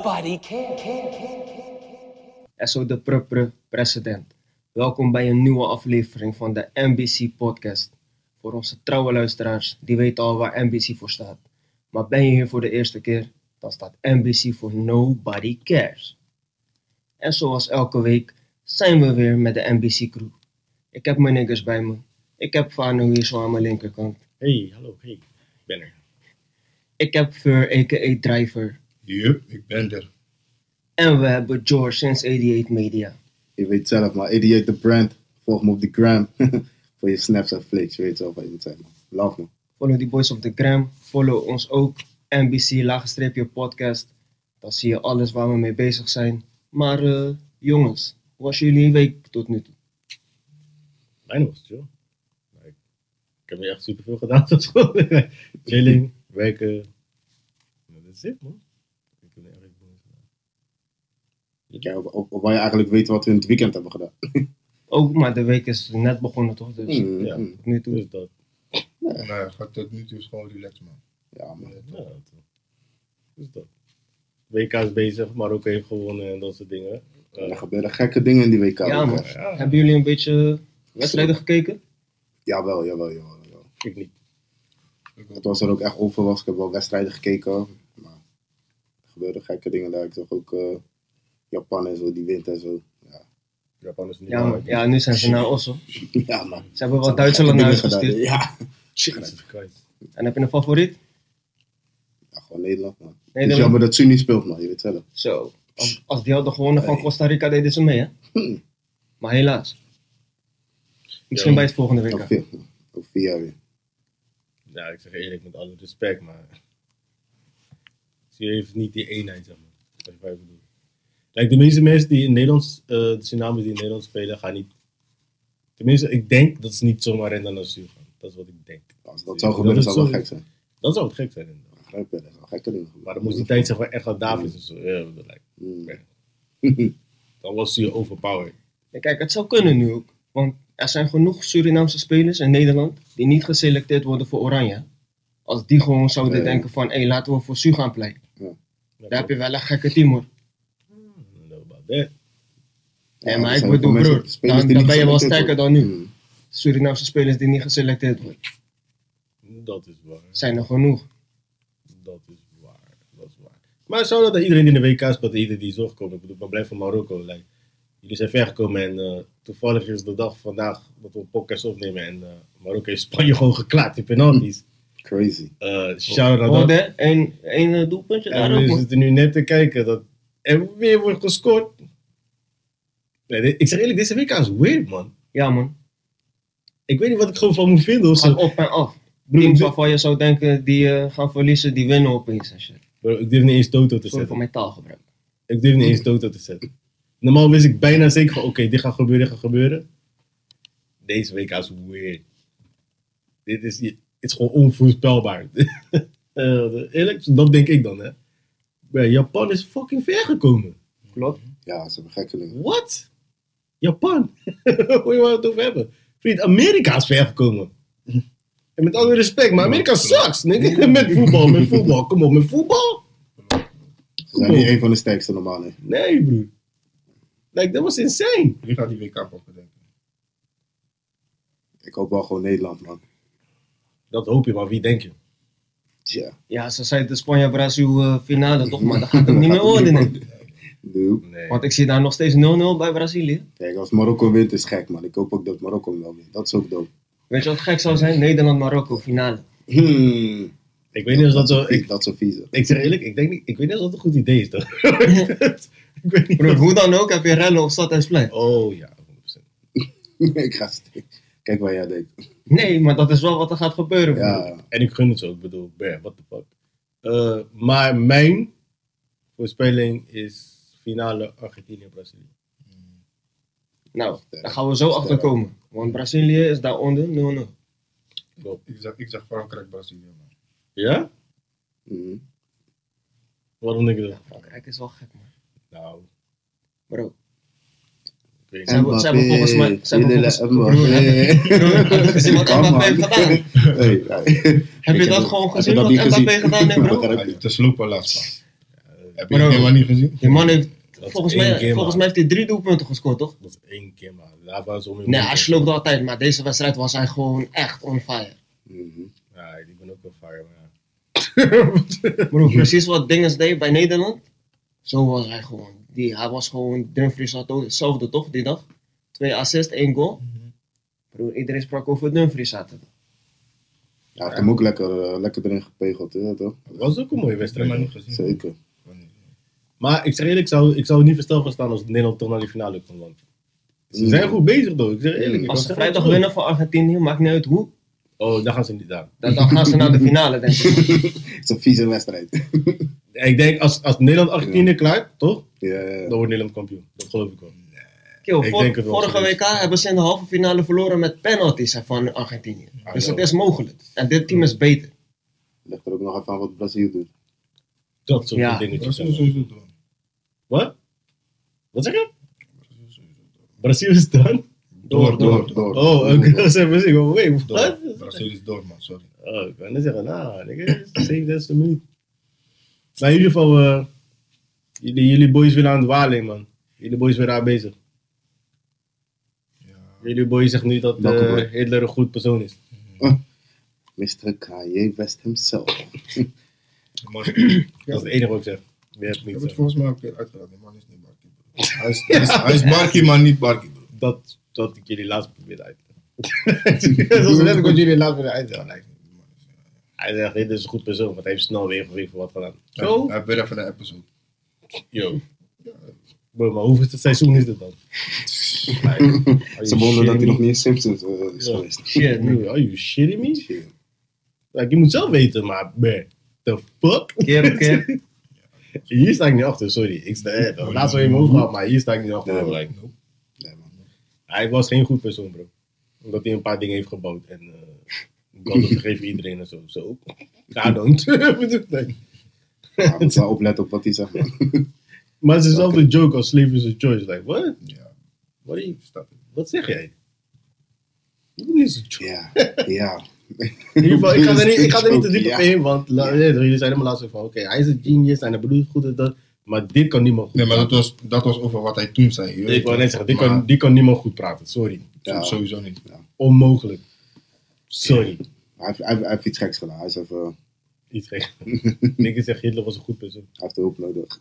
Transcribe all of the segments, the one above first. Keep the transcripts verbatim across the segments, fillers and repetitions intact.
Nobody cares. Esso de Prupre, president. Welkom bij een nieuwe aflevering van de M B C podcast. Voor onze trouwe luisteraars, die weten al waar M B C voor staat. Maar ben je hier voor de eerste keer, dan staat M B C voor Nobody Cares. En zoals elke week zijn we weer met de M B C crew. Ik heb mijn niggers bij me. Ik heb Fano hier zo aan mijn linkerkant. Hey, hallo, hey, ik ben er. Ik heb Fur, a k a. Driver. Yup, ik ben er. En we hebben George sinds achtentachtig Media. Je weet zelf, maar achtentachtig de brand. Volg me op de gram. Voor je snaps en flicks. Je weet zelf wat je moet zijn, man. Love me. Follow die boys op de gram. Follow ons ook. M B C, laagstreepje podcast. Dan zie je alles waar we mee bezig zijn. Maar uh, jongens, hoe was jullie week tot nu toe? Mijn was het, joh. Ik, ik heb niet echt superveel gedaan op school. Chilling, werken. Dat is het, man. Ik heb niet echt veel gedaan. Ja, of, of, of wil je eigenlijk weten wat we in het weekend hebben gedaan? Ook, maar de week is net begonnen toch? Dus Mm, Ja. mm. tot nu toe. Dus dat. Nou, gaat tot nu toe is gewoon relaxed, man. Ja, man. Ja, dat. Dus dat. W K is bezig, Marokko heeft gewonnen en dat soort dingen. Uh, Er gebeuren gekke dingen in die W K. Ja, ook, man. hè. ja, Hebben jullie een beetje wedstrijden gekeken? Jawel, jawel, jawel, jawel. ik niet. Het was er ook echt over was. Ik heb wel wedstrijden gekeken. Maar er gebeuren gekke dingen daar. Ik zag ook uh, Japan en zo, die wint en zo. Ja, Japan is niet Ja, man. Ja, nu zijn ze naar Oslo. ja man. Ze hebben wat Ze Duitsland naar huis gekke dingen gestuurd. gedaan. Ja. Jesus Christ. En heb je een favoriet? Ja, gewoon Nederland, man. Het is Nederland? jammer dat Su niet speelt, man. Je weet zelf. Zo. Als, als die hadden gewonnen van Nee. Costa Rica, deden ze mee, hè? Hm. Maar helaas. Misschien Ja. bij het volgende week. Ook veel. Ook vier jaar weer. Ja, ik zeg eerlijk met alle respect, maar ze heeft niet die eenheid, zeg maar. Wat je bij bedoelt. Like, de meeste mensen die in Nederland, uh, de Surinamers die in Nederland spelen, gaan niet. Tenminste, ik denk dat ze niet zomaar rennen naar Zuid gaan. Dat is wat ik denk. Als dat zou gebeuren, Dat zou is wel zo- gek zijn. Dat zou het gek zijn, inderdaad. Begrijp je? Dat zou gekke dingen gebeuren. Maar dan moest die tijd zeg maar echt aan Davids en zo. Ja, dat lijkt. Mm. Dan was ze overpowered. Ja, kijk, het zou kunnen nu ook. Want er zijn genoeg Surinaamse spelers in Nederland die niet geselecteerd worden voor Oranje. Als die gewoon zouden Nee. denken van, hé, laten we voor Su gaan pleiten. Ja. Daar heb je wel een gekke team, hoor. No about that. Nee, Ja, maar er ik zijn bedoel, veel mensen- broer, spelers dan, die dan niet ben je wel geselecteerd sterker dan nu. worden. Mm. Surinaamse spelers die niet geselecteerd worden. Dat is waar. Zijn er genoeg. Dat is waar. Dat is waar. Maar zou dat iedereen die in de W K speelt, iedereen die is doorgekomen. Ik bedoel, ik ben blij voor Marokko. Like, jullie zijn ver gekomen en uh, toevallig is de dag vandaag dat we een podcast opnemen. En uh, Marokko heeft Spanje gewoon geklaard in penalties. Crazy. Uh, shout out Oh, dat. hè? Eén één, eh, doelpuntje En daar we ook, man. zitten nu net te kijken dat er weer wordt gescoord. Nee, dit- ik zeg eerlijk, deze W K is weird, man. Ja, man. Ik weet niet wat ik gewoon van moet vinden. Of Gaat zo. op en af. Broer, Teams ik, durf, waarvan je zou denken, die eh, gaan verliezen, die winnen opeens en shit. bro, ik durf niet eens Toto te Sorry voor zetten. mijn taalgebruik. Ik durf niet eens Toto te zetten. Normaal wist ik bijna zeker van, oké, okay, dit gaat gebeuren, dit gaat gebeuren. Deze W K is weird. Dit is, het is gewoon onvoorspelbaar. uh, eerlijk, dat denk ik dan, hè. Bro, Japan is fucking ver gekomen. Klopt. Ja, ze hebben gekke dingen. What? Japan? Hoe je het over hebben? Vriend, Amerika is ver gekomen. En met alle respect, maar Amerika sucks. nigga. Met voetbal, met voetbal. Kom op, met voetbal? Ze zijn niet een van de sterkste normaal, nee. Nee, broer. Like, dat was insane. Wie gaat die W K pakken, denk ik? Ik hoop wel gewoon Nederland, man. Dat hoop je, maar wie denk je? Tja. Ja, ze zeiden Spanje-Brazil uh, finale toch, maar dat gaat hem niet meer worden. Nee. Doe. Nee. Want ik zie daar nog steeds nul nul bij Brazilië. Kijk, als Marokko wint is gek, man. Ik hoop ook dat Marokko hem wel wint. Dat is ook dope. Weet je wat gek zou zijn? Nederland-Marokko finale. Hmm. Ik weet niet of dat zo... is vies, Ik, dat is zo vies. hoor. ik zeg eerlijk, ik, denk niet, ik weet niet of dat een goed idee is, toch? ik weet niet. Broer, of- hoe dan ook heb je rellen op Stad en Splein. Oh, ja, honderd procent. Ik ga st- Kijk waar jij denkt. Nee, maar dat is wel wat er gaat gebeuren. broer. Ja, En ik gun het zo, ik bedoel, bear, what the fuck. Uh, maar mijn voorspelling is finale Argentinië-Brazilië. Nou, daar gaan we zo achter komen. Want Brazilië is daaronder nul nul. Klopt. Ik zag, ik zag Frankrijk, Brazilië, man. Ja? mm. Waarom denk je dat? Ja, Frankrijk is wel gek, man. Nou, Bro, ik weet ze niet. hebben, ze hebben volgens mij... Ze hebben volgens, Mbappé. broer, heb, broer, heb je gezien wat Kom, Mbappé man. heeft gedaan? Hey, hey. Heb je Ik dat heb- gewoon heb je gezien dat wat niet Mbappé gezien? gedaan heeft, bro? Begrijp Hij je? liep te slopen laatst, man. Heb je die helemaal niet gezien? Die man heeft, Dat is volgens één mij, keer, volgens man. mij heeft hij drie doelpunten gescoord, toch? Dat is één keer, man. Daar was ze om in Nee, moeite. hij sloopt altijd, maar deze wedstrijd was hij gewoon echt on fire. Mhm. Ja, ik ben ook wel fire, man. Bro, precies wat Dinges deed bij Nederland, zo was hij gewoon. Die, hij was gewoon, Dumfries had ook hetzelfde toch, die dag? Twee assists, één goal. Bro, iedereen sprak over Dumfries zaterdag. Ja, hij heeft hem ook lekker, eh, lekker erin gepegeld, hè, toch? Dat was ook een mooie Ik heb hem wedstrijd. niet man. gezien. Zeker. Maar ik zeg eerlijk, ik zou, ik zou niet versteld van staan als Nederland toch naar die finale komt. Want ze Mm. zijn goed bezig, toch? Ik zeg eerlijk. ik Als was ze echt vrijdag wel winnen van Argentinië, maakt niet uit hoe, Oh, daar gaan ze niet aan. dan, dan gaan ze naar de finale, denk ik. Het is een vieze wedstrijd. Ik denk, als, als Nederland Argentinië klaart, toch? Ja, ja, ja. Dan wordt Nederland kampioen. Dat geloof ik wel. Kill, Ik vor- denk het wel vorige W serieus. K hebben ze in de halve finale verloren met penalties hè, van Argentinië. Dus know. het is mogelijk. En dit team is beter. Ligt er ook nog even aan wat Brazil doet. Dat soort Ja. Dat dingetjes. is sowieso doen. Wat? Wat zeg je? Brazil is done? Door, door, door. Oh, oké. Dat is even zeggen. Wait, Door. wat? Brazil is door, man, sorry. Oh, ik kan net zeggen, nou, nigga, zeventigste minuut. Maar in ieder geval, eh, jullie, jullie boys weer aan het waling, man. Jullie boys weer aan bezig. Ja. Jullie boys zeggen nu dat Welke eh, boy? Hitler een goed persoon is. mister Kanye West himself. Man, Dat is het enige wat ik zeg. Meer heb ik ik niet heb het zeggen. volgens mij ook een keer uitgelegd. Die man is niet Barkie, bro. Hij is, hij is, hij is Barkie, maar niet Barkie, bro. Dat, dat ik jullie laatst probeerde uit te leggen. Dat is net wat jullie laatst probeerden uit te leggen. Hij zegt, dit is een goed persoon, want hij heeft snel weer geweest voor wat gedaan. Hij Zo? hij heeft weer even een episode. Yo. Bro, maar hoeveelste seizoen is dit dan? Ze vonden dat hij nog niet in Simpsons eh, is Ja. geweest. Shit, man. Are you shitting me? Shit. Like, je moet zelf weten, maar bruh, the fuck? Keer op keer. Hier sta ik niet achter, sorry. Ik sta, eh, dat laatst wel in mijn hoofd gehad, maar hier sta ik niet achter. Nee, bro. man. Like, Nee, man. hij was geen goed persoon, bro. Omdat hij een paar dingen heeft gebouwd. En uh, God vergeven iedereen en zo. Zo. Ga dan. Nee. Ja, moet wel opletten op wat hij zegt, man. Maar het is zelfs een joke als slave is a choice. Like, what? Ja, What, are you- snap je. wat zeg jij? What is a choice? Ja, ja. In ieder geval, ik ga er niet, ik ga er niet te diep op Ja. in, want la- ja, jullie zijn helemaal lastig van, oké, hij is een genius en hij bedoelt goed en dat, maar dit kan niemand goed Nee, maar dat praten. was, dat was over wat hij toen zei. je weet Ik wou toch? net zeggen, dit Maar kan, die kan niemand goed praten, sorry. Ja. Sowieso niet. Onmogelijk. Sorry. Hij heeft, hij, heeft, hij heeft iets geks gedaan. Hij, is even, hij Iets gek. Ik zeg, Hitler was een goed persoon. heeft hulp nodig.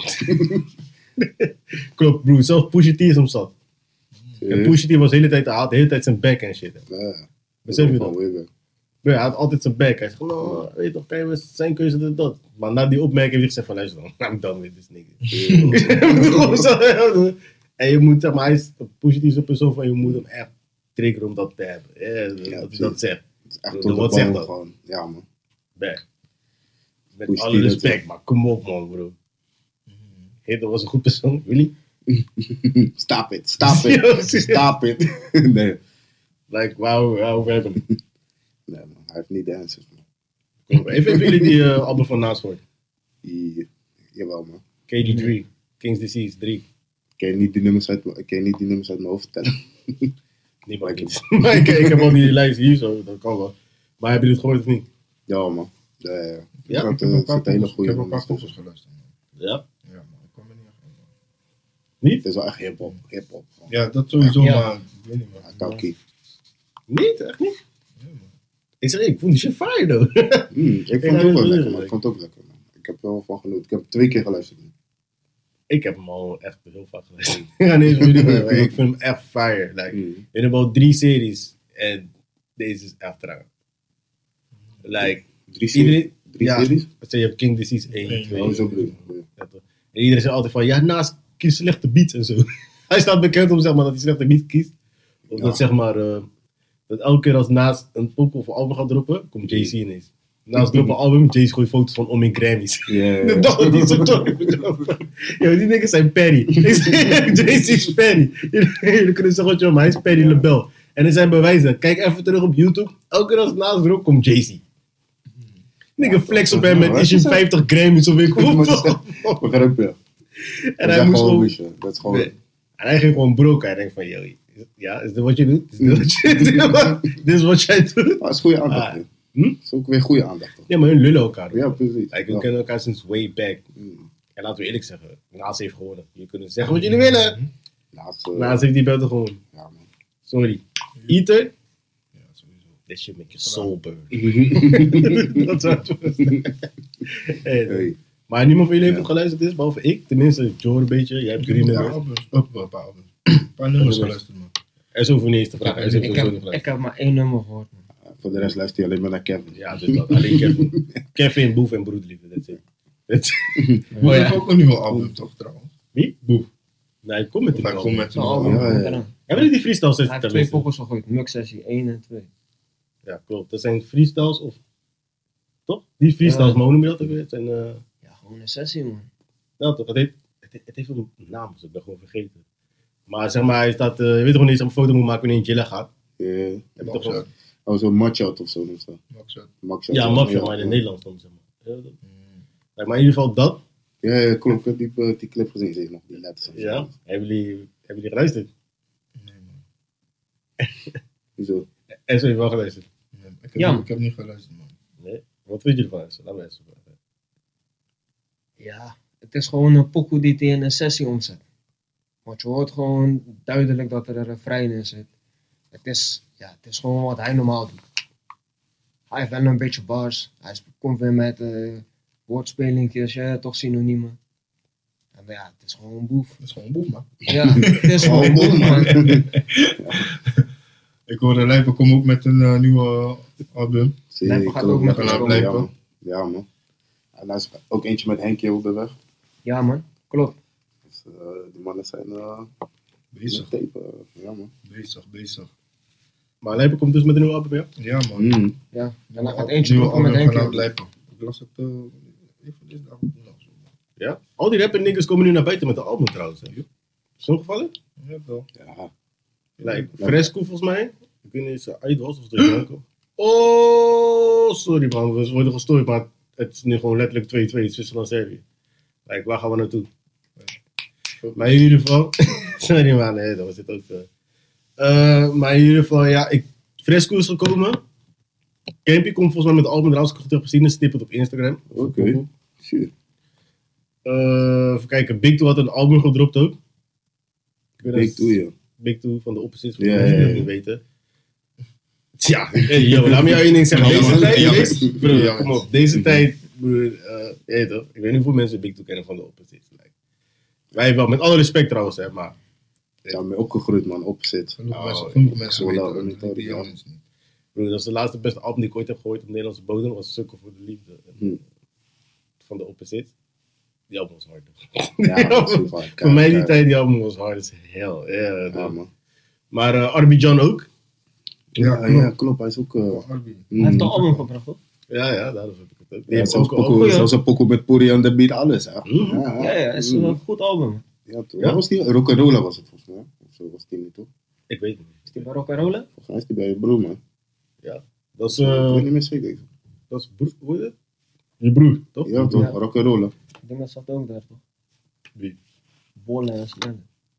Klopt, bro, zelf Pusha T is hem zat. En Pusha T was de hele tijd, hij had de hele tijd zijn back en shit. Ja. Besef je Van dat? Weber. Bro, hij had altijd zijn back. Hij zegt, nou, weet je toch, kijk, we zijn keuze dit dat. Maar na die opmerking heeft hij gezegd van, luister dan, I'm done with this nigga. Gewoon zo. En je moet, zeg maar, hij is een positieve persoon van, je moet hem echt triggeren om dat te hebben. Ja, dat hij precies. dat zegt. Het is echt Wat tot de zegt bal dat? gewoon. Ja, man. Back. Met Pusha alle T, dat respect, zegt. maar kom op man, bro. Hitler was een goed persoon, really? Stop it. Stop Ja, it. precies. Stop it. nee. Like, wauw, wauw, we hebben het. Nee, man. Hij heeft niet de answers, man. Kom, Even hebben jullie die uh, album van naast gehoord? Ja, jawel, man. K D drie, King's Disease drie. Ik kan je niet die nummers uit, ik kan je niet die nummers uit mijn hoofd vertellen. Niemand kent het. Maar ik, ik heb al die lijst hier zo, dat kan wel. Maar hebben jullie het gehoord of niet? Ja, man. Ja, ja. Ja, Ja, Ik het, heb het een zit paar hele poppers- ik goede heb een paar nummers poppers tussen. geluisterd. man. Ja. Ja, man. Ik kom er niet echt aan. Niet? Het is wel echt hip-hop. Hip-hop. gewoon. Ja, dat sowieso, Ja. maar ik weet niet, man. Ja, Kalki. Niet? Echt niet? Ja, man. Ik zeg, ik vond die shit fire, though. Mm, ik vond Ja, het ook wel ja, lekker, ja. man. Ik vond het ook lekker, man. Ik heb er wel van genoten. Ik heb twee keer geluisterd. Man. Ik heb hem al echt heel vaak geluisterd. Ja, nee, is niet meer, maar ik vind hem echt fire. Like, Mm. in about drie series en deze is echt raar. Like, Drie series? iedereen... Drie ja, series? dus je hebt King Disease één, twee. Oh, zo bedoel ik. Ja. Ja, toch. En iedereen zegt altijd van, ja, naast kies slechte beats en zo. Hij staat bekend om zeg maar, dat hij slechte beats kiest. Of Ja. dat zeg maar, uh, dat elke keer als naast een pokoe of een album gaat droppen, komt Jay-Z ineens. Naast droppen album, Jay-Z gooit foto's van om in Grammys. Ja, ja, ja. Dat is niet zo tof. Yo, die niggas zijn Perry. Jay-Z is Perry. Jullie kunnen zeggen wat je wil, maar hij is Perry LaBelle. En er zijn bewijzen. Kijk even terug op YouTube. Elke keer als het naast drop, komt Jay-Z. Nigga flex op hem met is je vijftig Grammys of ik Maar hoeveel. dat is- Begrijp je? En Dat hij is moest gewoon gewoon... bullshit. Dat is gewoon... Nee. En hij ging gewoon broken. Hij denkt van, yo, is- ja, is dit wat je doet? Is dit wat je doet? Dit is wat jij doet? Maar het is goede aandacht. Ah. man. Hm? Het is ook weer goede aandacht. toch? Ja, maar hun lullen elkaar. Ja, precies. Like, we Ja. kennen elkaar sinds way back. Mm. En laten we eerlijk zeggen, Naas heeft gewonnen. Je kunt zeggen wat jullie willen. Laatst, uh, Naas heeft die battle gewonnen. ja, man. Sorry. Eater? Ja, sowieso. This shit make your soul burn. Hey. Dat zou het zijn. Hey, Hey. Maar niemand van jullie heeft Ja. nog geluisterd is, behalve ik. Tenminste, Joe een beetje. Jij hebt drie Ja, nummers. albums. Op, een paar albums. Een paar nummers geluisterd, man. Er is over niet eens te vragen. Er is Ik sowieso heb, niet ik geluisterd. heb maar één nummer gehoord, man. Voor de rest luister je alleen maar naar Kevin. Ja, dus dat. Alleen Kevin. Kevin, Boef en Broedliefde. That's it. That's it. Boef Oh, ja. heeft ook een nieuwe album, toch, trouwens? Wie? Boef. Nee, kom met Of die hij album. komt met Zo'n een album. ja, ja. moet eraan. Hebben jullie die freestyles Hij heeft twee tenminste? pokkels gegooid. Muk sessie één en twee. Ja, klopt. Dat zijn freestyles of... Toch? Die freestyles, Ja. maar hoe noem je dat ook weer? Het zijn... eh, Ja, gewoon een sessie, man. Nou toch, het heeft, het, het heeft ook een naam, dus ik ben gewoon vergeten. Maar zeg maar, hij staat, uh, je weet toch niet eens een foto moet maken wanneer je in chillen gaat? Ja. Heb je toch wel- Maxat. Oh, zo'n match-out of zo. noemt ze dat. Maxat. Match-out. Ja, Mafia, maar in ja. het Nederlands dan zeg maar. Ja, dat- Mm. Kijk, maar in ieder geval dat, Ja, ja, klopt. Ik heb die, eh, die clip gezien, zeg nog. Die letters. en zo. ja. Hebben jullie, hebben jullie geluisterd? Nee, man. Zo. En ze heeft wel geluisterd. Nee, ik, heb Ja, niet, man. ik heb niet geluisterd, man. Nee? Wat vind je ervan? Laat me eens vragen. Ja, het is gewoon een pokoe die hij in een sessie omzet. Want je hoort gewoon duidelijk dat er een refrein in zit. Het is, ja, het is gewoon wat hij normaal doet. Hij heeft wel een beetje bars. Hij sp- komt weer met uh, woordspelingjes, ja, toch synoniemen. En ja, het is gewoon een boef. Het is gewoon boef, man. Ja, het is gewoon een boef, man. Ik hoorde Lijpen komt ook met een uh, nieuwe album. Zie Lijpen ik gaat klopt, ook met ja, een ja, album. man. Ja, man. En daar is ook eentje met Henkie op de weg. Ja, man, klopt. Dus, uh, die mannen zijn uh, Bezig, met tape. uh, ja, man. bezig, bezig. Maar Lijpen komt dus met een nieuwe album, ja? Ja, man. Mm. Ja, en dan gaat eentje Nieuwe droppen met album Henk. vanuit Lijpen. Ik las het uh, even deze dag ook nog. Ja? Al die rapper niggas komen nu naar buiten met een album trouwens. Hè? Is zo'n gevallen? Ja, wel. Ja. Like, Fresco volgens mij. Ik weet niet of ze uit was of het er ook. Oh, sorry man, we worden gestoord, maar het is nu gewoon letterlijk twee twee, Zwitserland-Servië. Like, waar gaan we naartoe? Maar in ieder geval, sorry man, nee, dat was dit ook. Uh, uh, maar in ieder geval, ja, ik, Fresco is gekomen. Campy komt volgens mij met het album eruit, als ik het goed heb gezien, snip het op Instagram. Oké. Sure. Uh, even kijken, Big Two had een album gedropt ook. Ik weet Big dat- Two, ja. Big Two van de Opposites, voor Ja, de mensen die ja, dat ja. niet weten. Tja, hey, yo, laat me jou één ding zeggen. Ja, Deze man. tijd, Ja, deze, man. broer, Ja, kom man. op. Deze tijd, broer, uh, je weet toch? Ik weet niet hoeveel mensen Big Two kennen van de Opposites. Like. Wij wel, met alle respect trouwens, hè, maar Ja, mee opgegroeid, man. Opzet. Genoeg Oh, mensen, genoeg mensen voilà, weten niet het, die ja. jongens niet. broer, dat is de laatste beste album die ik ooit heb gehoord op Nederlandse bodem. Was Sukkel voor de Liefde Hm. van de Opposites. Die album was hard. toch? Ja, dat is super. Voor mij die Kijk, tijd, die album was hard as hell. Ja, Ja, toch? man. Maar uh, Arbidjan ook. Ja, Ja, ja, klopt. klopt. Hij is ook... uh, Arby. mm. Hij heeft een album gebracht, hoor. Ja, ja, daarom heb ik het ook. Die Ja, heeft zelfs ook al- Poco, ja. zelfs een Poco met Puri en de beat, alles. Hè. Mm. Ja, ja, het is Mm. een goed album. Ja, toch? Ja? Waar was die? Rock'n'Rolla was het volgens mij. Of zo was die niet, toch? Ik weet het niet. Is die bij Rock and Rollen? Volgens mij is die bij je broer, man. Dat is, ik uh, weet niet meer zeker. dat is broer, hoe heet het? Je broer, toch? Ja, toch? Ja. Rock'n'Rolla. Ik denk dat zat ook daar, toch? Wie? Bolle en Snelle.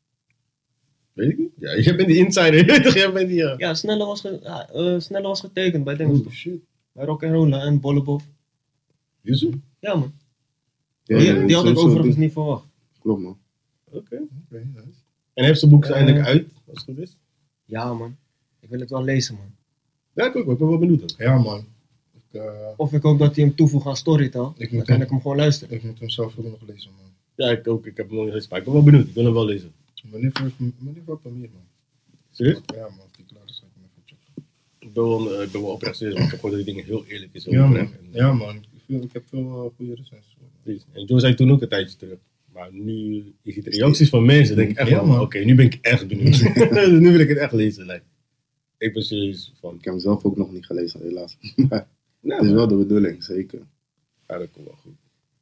Weet ik niet. Ja, jij bent die insider. Toch, jij bent die, ja. Ja, Snelle was, ge ja, eh, Snelle was getekend bij dingen, Oh toch? shit. Bij Rock and Rollen en Bollebof. Yusuf? Ja, man. Ja, die ja, die had zo- ik zo overigens ding. niet verwacht. Klopt, man. Oké. Oké, nice. En heeft zijn boek Eh. eindelijk uit, als het goed is? Ja, man. Ik wil het wel lezen, man. Ja, ik ook. Ik ben wel benieuwd. ook. Ja, man. Ik, uh, Of ik hoop dat hij hem toevoegt aan Storytel. Ik Dan moet kan hem- ik hem gewoon luisteren. ik moet hem zelf ook nog lezen, man. Ja, ik ook. Ik heb hem nog niet gelezen, maar ik ben wel benieuwd. Ik wil hem wel lezen. Wanneer wanneer wat meer, man? Serieus? Ja, man. Als die klaar is, ga ik hem even checken. Ik ben wel, uh, ik ben wel oprecht serieus, want ik heb gehoord dat die dingen heel eerlijk is. heel Ja, man. oprecht. En, Ja, man. Ik, veel, ik heb veel uh, goede recensies. man. precies. En Joe zei toen ook een tijdje terug. Maar nu, je ziet de reacties van mensen, denk ik echt Ja, van, man. oké, nu ben ik echt benieuwd. Dus nu wil ik het echt lezen. Like. Ik ben serieus van, Ik heb hem zelf ook nog niet gelezen, helaas. Maar nou, het is wel de bedoeling, zeker. ja, dat komt wel goed.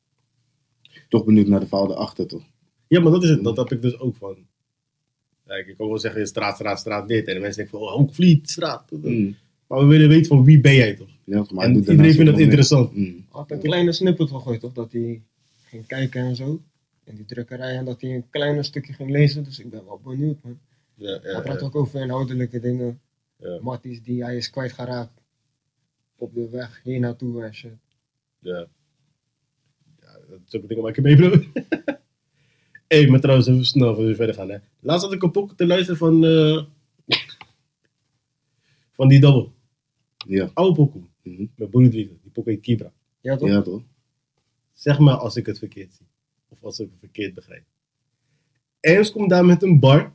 Toch benieuwd naar de verhaal erachter, toch? Ja, maar dat is het. Dat heb ik dus ook van. Kijk, ik kan wel zeggen, straat, straat, straat, dit. En de mensen denken van, oh, Hoekvliet, straat. Mm. Maar we willen weten van wie ben jij toch? Ja, maar hij En doet iedereen daarnaast vindt dat ook nog interessant. meer. Mm. Hij had een kleine snippet gegooid, toch? Dat hij ging kijken en zo. In die drukkerij. En dat hij een klein stukje ging lezen. Dus ik ben wel benieuwd, man. Ja, ja, Hij praat ja. ook over inhoudelijke dingen. Ja. Matties die hij is kwijtgeraakt. Op de weg hier naartoe en shit. Ja. Ja, zulke dingen maak je mee, bro. Hé, hey, maar trouwens, even snel voor we verder gaan, hè. Laatst had ik een pokken te luisteren van... Uh, van die double. Ja. Oude pokoe. Mhm. Met Bonudrigo. Die pokoe heet Kibra. Ja, toch? Ja, toch? Zeg maar als ik het verkeerd zie. Of als ik het verkeerd begrijp. Ems komt daar met een bar.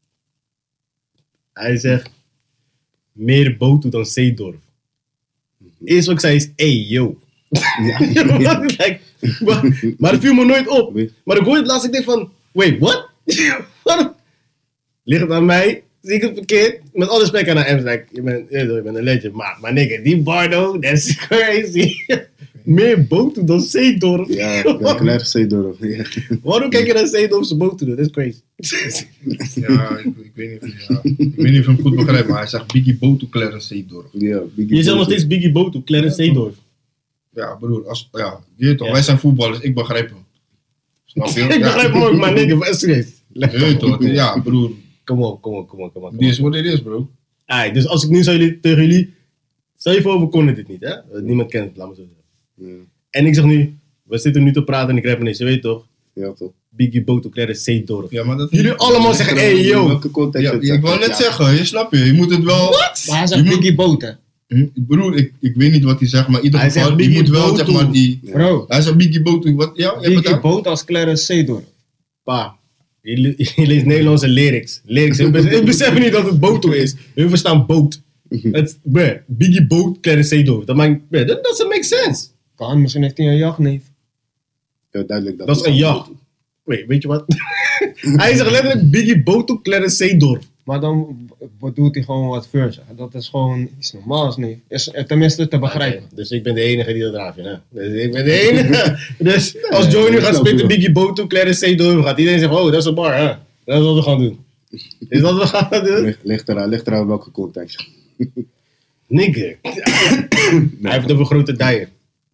Hij zegt... Meer Botu dan Zeedorf. Eerst wat ik zei is... Hey, yo. Ja. Like, maar, maar dat viel me nooit op. Maar ik hoor het laatst, ik denk van... Wait, what? Waarom? Ligt het aan mij? Zie ik het verkeerd? Met alle respect aan Ems. Like, je bent, je bent een legend. Maar, maar nigga, die Bardo, that's crazy. Meer Botu dan Zeedorf. Ja, ja, Claire Zeedorf. Ja. Waarom kijk je naar Zeedorfse Botu doen? That's crazy. Ja, ik, ik, weet niet of, ja, ik weet niet of ik hem goed begrijp, maar hij zegt Biggie Botu Clarence Seedorf. Ja, Biggie Je zegt nog Botu. steeds Biggie Botu, Clarence Ja, Zeedorf. Ja, broer, als, ja, je weet toch, Ja. wij zijn voetballers, ik begrijp hem. Snap je? Ik begrijp hem ook, maar nigga, voor serieus. Ja, je weet toch, ja, broer, Kom op, kom op, kom op, kom op. dit is wat het is, bro. Alright, dus als ik nu zou jullie, tegen jullie... Stel je voor, we konden dit niet, hè? Niemand kent het, laat me zo zeggen. Ja, En ik zeg nu, we zitten nu te praten en ik rap ineens, je weet toch? ja, toch? Biggie Botu, Clarence Zeedorf. Ja, maar dat, Jullie allemaal zeggen, hey yo. Welke context Ja, het ik zegt, wou net ja. zeggen, je snap je, je moet het wel... Maar hij Je zegt moet- Biggie Boten. Hm, Broer, ik, ik weet niet wat hij zegt, maar in ieder Hij geval, zegt je Biggie moet wel, Botu. zeg maar, die... Bro, Hij zegt Biggie Botu, wat, ja, je hebt het Biggie aan? Boten als Clarence Seedorf. Pa, je, le- je leest Nederlandse lyrics. lyrics. Hun bes- hun beseffen niet dat het Botu is. Hun verstaan boot. Het, bruh, Biggie Boot, Clarence Zeedorf. Dat maakt, bruh, that doesn't make sense. Kan, misschien heeft hij een jachtneef. Ja, duidelijk. Dat is een jacht. Wait, weet je wat? Hij zegt letterlijk Biggie Botu, Clarence Zeedorf. Maar dan bedoelt hij gewoon wat verse. Dat is gewoon iets normaals, nee. Is eh, tenminste te begrijpen. Oké, dus ik ben de enige die dat raaf vindt, hè? Dus ik ben de enige. Dus als Joey nu dat gaat snap spitten ik. Biggie Botu, Clarence Zeedorf, gaat iedereen zeggen, oh, dat is een bar, hè? Dat is wat we gaan doen. Is dat wat we gaan doen? Ligt, ligt eraan, ligt eraan welke context. Nigga. Hij heeft het over grote dijen.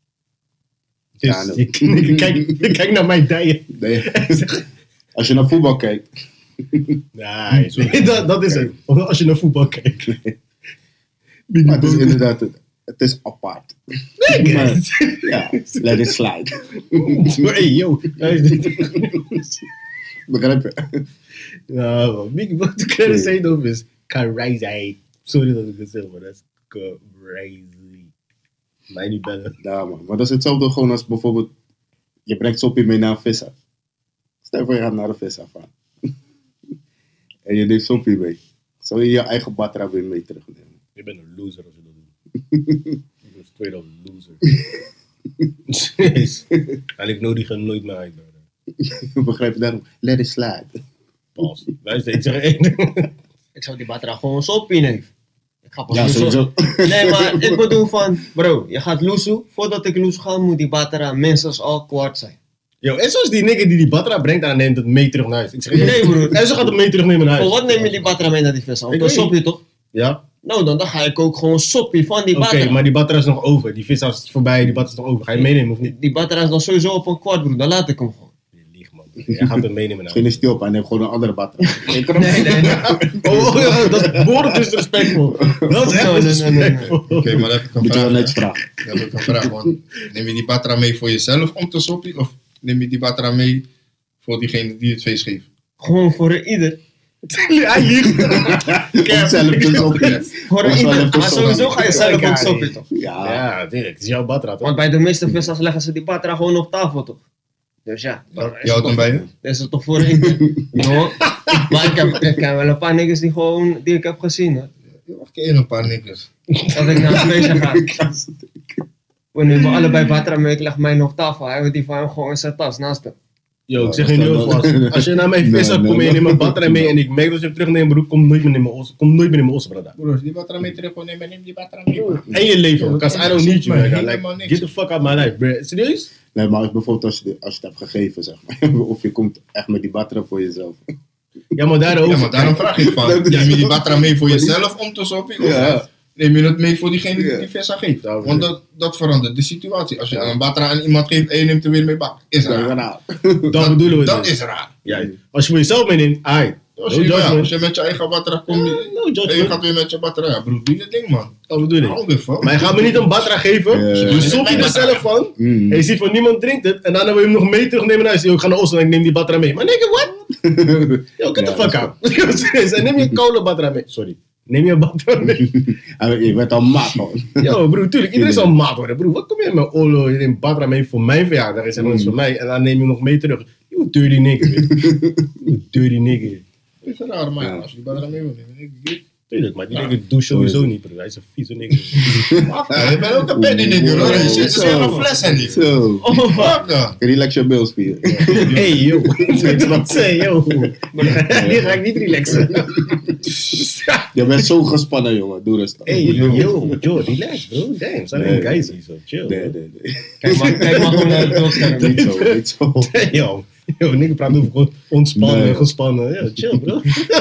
Dus Ja, nou. je, je, kijk, je kijkt naar mijn dijen. Nee. Als je naar voetbal kijkt. Nee, nee, dat, dat is het. Als je naar voetbal kijkt. Biggie Maar het is Botu. inderdaad, het, het is apart. Nigga. Maar, ja, let it slide. Hey, yo. Begrijp je? Ja, man. Biggie Botu, Clarence Zeedorf is crazy. Sorry dat ik het zeg, maar dat is crazy. Mij niet bellen. Ja, man. Maar dat is hetzelfde gewoon als bijvoorbeeld, je brengt soppie mee naar een visser. Stel je voor je gaat naar een visser van. En je neemt soppie mee. Zou je je eigen batra weer mee terugnemen? Je bent een loser als je dat doet. Je bent een straight up loser. Jeez. En ik nodig je nooit meer uit, brother. Begrijp je daarom? Let it slide. Pas. Luister, ik zeg één ding. Ik zou die batra gewoon soppie nemen. Ik ga pas Ja, loesoe. sowieso. Nee, maar ik bedoel van, bro, je gaat loesoe. Voordat ik loesoe ga, moet die batra minstens al kwart zijn. Yo, en zoals die nigger die die batra brengt, dan neemt het mee terug naar huis. Ik zeg, Nee, broer. En zo gaat het mee terugnemen naar Voor huis. wat neem je die batra mee naar die vis? Ik Want weet een soppie toch? Ja? Nou, dan, dan ga ik ook gewoon soppie van die Oké, batra. maar die batra is nog over. Die vis is voorbij, die batra is nog over. Ga je hem meenemen of niet? Die batra is dan sowieso op een kwart, broer. Dan laat ik hem gewoon. Je liegt, man. Jij gaat hem meenemen naar Misschien huis. is die op en neemt gewoon een andere batra. Nee, nee, nee. Oh, oh, ja, dat is behoorlijk disrespectvol. Dat is echt Nee, nee, nee, nee, nee. disrespectvol. Oké, maar dat heb ik een Moet je wel vraag. netjes vragen. Dat heb ik een vraag, want neem je die batra mee voor jezelf om te soppie, of neem je die batra mee voor diegene die het feest geeft? Gewoon voor ieder. Hij liegt. Om zelf te soppie. Voor Dat is wel ieder. even Maar zo. sowieso ga je zelf Ja, ook ja, soppie ja. toch? Ja, Ja, natuurlijk. Het is jouw batra, toch? Want bij de meeste vissers leggen ze die batra gewoon op tafel toch? Dus ja. dan is Je het houdt hem toch- bij je? Dat is het toch voor ieder. No. Maar ik heb, ik ken wel een paar niggas die gewoon, die ik heb gezien hoor. Je mag keer een paar nikkers. Dat ik naar een feestje ga. We nemen allebei batra mee, ik leg mij nog op tafel. Hij heeft die van hem gewoon in zijn tas naast hem. Yo, ik zeg Ja, je nu dat is alvast. wel- Als je naar mijn Nee, vis hebt, nee, kom je nee. neem mijn batra mee en ik merk dat je hem terugneemt, broer, kom nooit meer in mijn os. Kom nooit meer in mijn os, brada. Broers, die batra mee terug, neem neem die batra mee. En je leven, because I don't need you, Maar man. helemaal Like, niks. get the fuck out my life, bro. Serieus? Nee, maar bijvoorbeeld als je, de- als je het hebt gegeven, zeg maar. Of je komt echt met die batra voor jezelf. Ja, maar daarover. Ja, maar daarom vraag ik van, Dat is- neem je die batra mee voor jezelf om te soppie, of Ja. neem je het mee voor diegene die Ja. die vis aan geeft? Ja, Want dat, dat verandert de situatie. Als je Ja. een batra aan iemand geeft en je neemt hem weer mee bak, is Ja, raar. ja. Dat bedoelen we Dat dus. is raar. Ja, als je voor jezelf meeneemt, ai. Als No je, ja, judgment. als je met je eigen batterij komt, No je- en je judgment. gaat weer met je batterij. Ja, broer, doe je ding, man. Oh, wat bedoel I don't ik? give a fuck. Maar je gaat me niet een batra geven. Ja. Je sopt je er zelf van. Mm. En je ziet van niemand drinkt het. En daarna wil je hem nog mee terugnemen naar huis. Yo, ik ga naar Oslo en ik neem die batra mee. Maar nigga, what? Yo, get the Ja, fuck out. En neem je een koude batra mee. Sorry. Neem je een batra mee. Je bent al maat, man. Yo, broer, tuurlijk. Iedereen zal maat worden. Broer, wat kom je met Olo? Je neemt batra mee voor mijn verjaardag. Is helemaal iets voor mij. En dan neem je hem nog mee terug. You dirty nigga, man. You dirty nigga. Dat is raar, man. Ja. Als je die batterij mee wil nemen, ik weet. Tuurlijk, maar die Ja. nigga doucht sowieso niet, broer. Hij is een vieze nigga. Ja, je bent ook een petty nigga, hoor. Je zit weer een fles en niet. Zo. Fuck dan. Relax je bills, vier. Hey, yo. Weet je wat ik zei, yo. Hier ga ik niet relaxen. Je bent zo gespannen, jongen. Doe rustig. Hey, yo. Yo, relax, bro. Damn, zijn Nee, er guys hier zo. Chill. Nee, bro. nee, nee. Kijk maar, kijk maar gewoon naar het beeldscherm. Niet zo, niet zo. Yo. Yo, nigga praat over gewoon ontspannen, Nee. gespannen. Ja, chill, bro.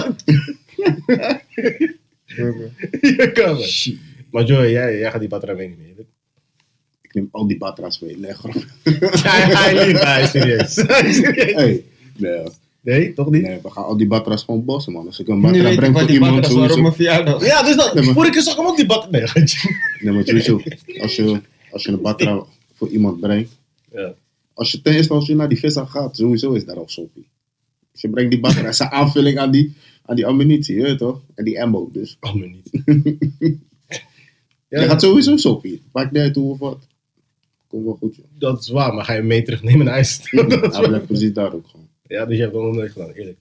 Ja, kan maar. Maar Joy, jij, jij gaat die batterij meenemen. je weet. Ik neem al die batra's mee. Nee, grap. Ja, hij lief. Hij is serieus. Hij is serieus. Hey. Nee, Nee, toch niet? nee, we gaan al die batra's gewoon bossen, man. Als ik een Nu batra weet ik breng wat voor die iemand, batteries waren op sowieso. mijn verjaardag. Ja, dus dat. Nee, maar- Vorige keer zag ik hem ook die batterij. Nee, gatje. Nee, maar sowieso. Als je, als je een batra voor iemand brengt. Ja. Als je ten eerste als je naar die vissa gaat, sowieso is daar al soppie. Dus je brengt die batra, is een aanvulling aan die, aan die ammunitie, je weet toch? En die ammo, dus. Oh, maar niet. Je gaat sowieso soppie. Maakt niet uit hoe of wat. Komt wel goed, joh. Dat is waar, maar ga je hem mee terugnemen naar huis? Hij blijft precies daar ook gewoon. Ja, dus je hebt het nog nooit gedaan, eerlijk.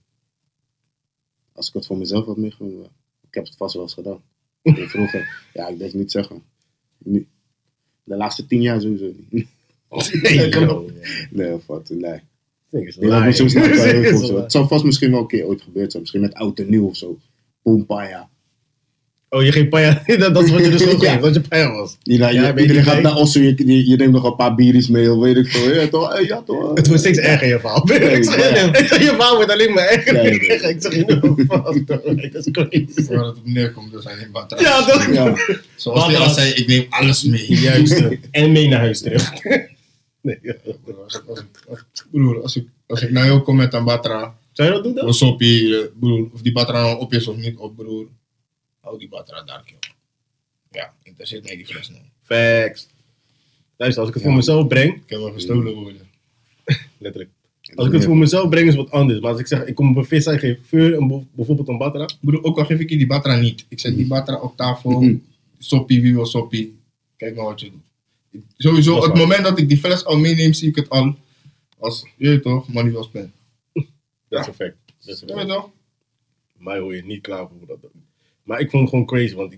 Als ik het voor mezelf had meegenomen, ja. Ik heb het vast wel eens gedaan. En vroeger, ja, ik denk niet zeggen. Nu. De laatste tien jaar sowieso niet. Nee, joh. Nee, of wat, nee. Think is Nee, dat moet zo lying. snel Think zijn, is of zo. lying. Het zou vast misschien wel een keer ooit gebeurd zijn. Misschien met oud en nieuw of zo. Poompaya. Oh, je ging paya. Dat, dat is wat je dus ook Ja. geeft, dat je paya was. Ja, Ja, je, ben je iedereen niet gaat mee? naar Oslo, je, je, je neemt nog een paar bieries mee, of weet ik veel. Ja, toch? Hey, ja, toch? Het wordt steeds erger, je verhaal. Nee, Ik zeg je, maar- ik zeg, je verhaal wordt alleen maar erger. Nee, nee. Ik zeg je nu vast. Dat is crazy. Waar het op neerkomt, dat zijn geen batterijen. Ja, dat Ja. Zoals hij al zei, ik neem alles mee. Juist. En mee naar huis terug. Nee, ja. Broer, als ik- als ik- als ik- Broer, als ik, als ik naar jou kom met een batra, Zou je dat doen dan? of soppie, eh, broer, of die batra nou op is of niet op, broer, hou die batra daar, joh. Ja, interesseert mij die fles nou. Facts. Luister, als ik het Ja. voor mezelf breng, Ik heb wel gestolen worden. letterlijk. Als ik het voor mezelf breng is wat anders. Maar als ik zeg, ik kom op een vis en geef vuur, een, bo- bijvoorbeeld een batra. Broer, ook al geef ik je die batra niet, ik zet die batra op tafel, Mhm. soppie, wie wil soppie, kijk maar wat je doet. Sowieso, Dat is het waar. moment dat ik die fles al meeneem, zie ik het al als, je weet toch, money well spent. Dat is een fact. Dat is een Je fact. weet toch? Mij hoor je niet klaar voor dat. Maar ik vond het gewoon crazy, want ik,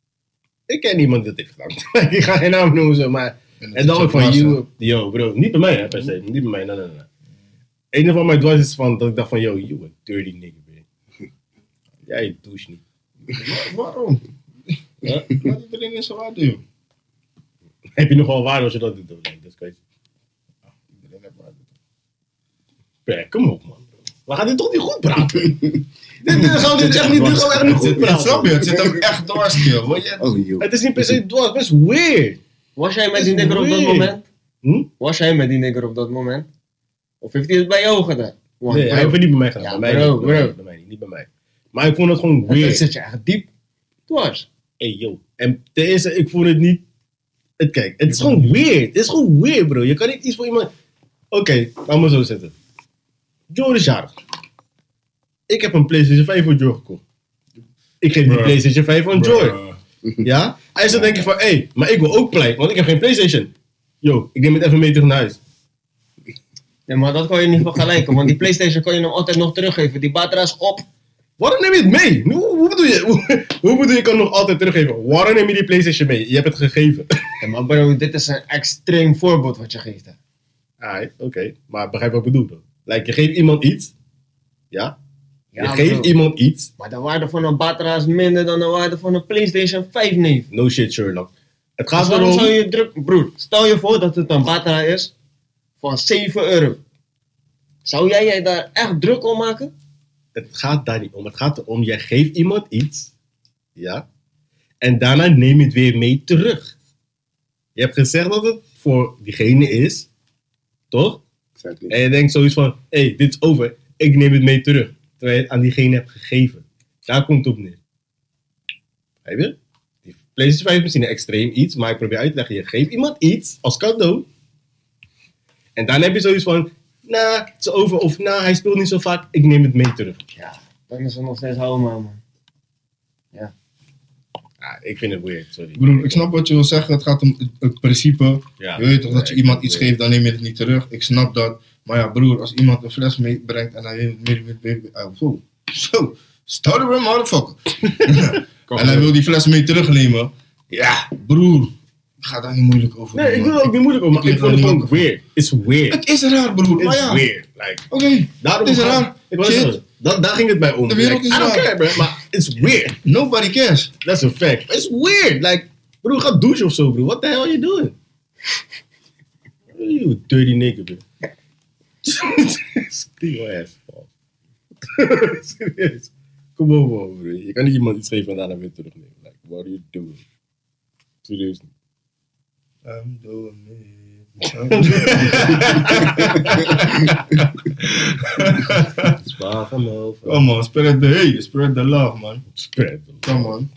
ik ken niemand die dat heeft gedaan. Ik ga geen naam noemen, zo, maar. En dan ook van, you, yo bro, niet bij mij hè, per se. Niet bij mij, nee, nee, nee. Een van mijn advice is van, dat ik dacht van, yo, you a dirty nigga, bro. Jij douche niet. Waar- Waarom? Ja? Laat iedereen in zijn waarde, joh. Heb je nog wel waarde als je dat doet? Hoor? Nee, dat is crazy. Iedereen heeft waarde. Bro, kom op, man. Bro. We gaan dit toch niet goed praten? dit, dit gaan we dit echt niet, dit gaan we echt niet goed Het, snap je, praten. het zit hem echt dwars, kill. Wil je? Oh, joh. Het is niet per se dwars, het is weird. Was jij met die Dat is nigger op dat weird. moment? Hm? Was jij met die nigger op dat moment? Of heeft hij het bij jou gedaan? Want, Nee, bro, hij heeft het niet bij mij gedaan. Ja, bij mij bro, niet, bij mij bro. niet, bij mij niet, niet bij mij. Maar ik vond het gewoon Dan weird. zit je echt diep dwars. Hey, yo. En ten eerste, ik vond het niet... Het, kijk, het is gewoon weird. Het is gewoon weird, bro. Je kan niet iets voor iemand... Oké, laat me zo zitten. Joe is jarig. Ik heb een PlayStation vijf voor Joe gekocht. Ik geef die Bruh. PlayStation vijf aan Joy. Bruh. Ja? Hij zou denken van, hé, hey, maar ik wil ook play, want ik heb geen PlayStation. Yo, ik neem het even mee terug naar huis. Nee, maar dat kan je niet vergelijken, want die PlayStation kan je hem altijd nog teruggeven. Die batterij is op. Waarom neem je het mee? Hoe, hoe bedoel je? Hoe, hoe bedoel je, je kan nog altijd teruggeven? Waarom neem je die PlayStation mee? Je hebt het gegeven. Ja, maar bro, dit is een extreem voorbeeld wat je geeft. Hè. Alright, oké. Maar begrijp wat ik bedoel dan. Like, je geeft iemand iets. Ja? Ja, je geeft bro. iemand iets. Maar de waarde van een batterij is minder dan de waarde van een PlayStation vijf, neef. No shit, Sherlock. Het Dus gaat waarom erom... zou je druk... Broer, stel je voor dat het een batterij is van zeven euro. Zou jij je daar echt druk om maken? Het gaat daar niet om. Het gaat erom, jij geeft iemand iets. Ja? En daarna neem je het weer mee terug. Je hebt gezegd dat het voor diegene is. Toch? Exactly. En je denkt zoiets van, hé, hey, dit is over. Ik neem het mee terug. terwijl je het aan diegene hebt gegeven. Daar komt het op neer. Begrijp je? Die PlayStation vijf is misschien een extreem iets, maar ik probeer uit te leggen. Je geeft iemand iets als cadeau. En dan heb je zoiets van, nou, het is over. Of nou, hij speelt niet zo vaak, ik neem het mee terug. Ja, dan is het nog steeds allemaal, man. Ja, ik vind het weird, sorry. Broer, ik snap wat je wil zeggen. Het gaat om het, het principe. Ja. Je weet toch dat je Ja, iemand ik iets weet. geeft, dan neem je het niet terug. Ik snap dat. Maar ja, broer, als iemand een fles meebrengt en hij neemt het mee... mee- oh, zo, zo. Stuttering, motherfucker. En hij wil die fles mee terugnemen. Ja, broer. Ik ga daar niet moeilijk over Nee, doen, ik man. wil ook niet moeilijk over, maar Ik ik lig vond daar het niet gewoon op. weird. It's weird. Het is raar, broer. Maar It's ja. weird. Like, Oké, daarom het is gaat- raar. Ik was Shit. zo, dat, daar ging het bij om. De wereld Like, is I don't raar. care, bro, maar it's weird. Nobody cares. That's a fact. It's weird. Like, bro, ga douchen of zo, bro. What the hell are you doing? You dirty nigga, bro. Steal ass. Serieus. Kom op, man, bro. Je kan niet iemand iets geven en daarna weer terugnemen. Like, what are you doing? Serieus niet. I'm doing it. Zwaar van me over. Come on, spread the hate, spread the love, man. Spread. Come on.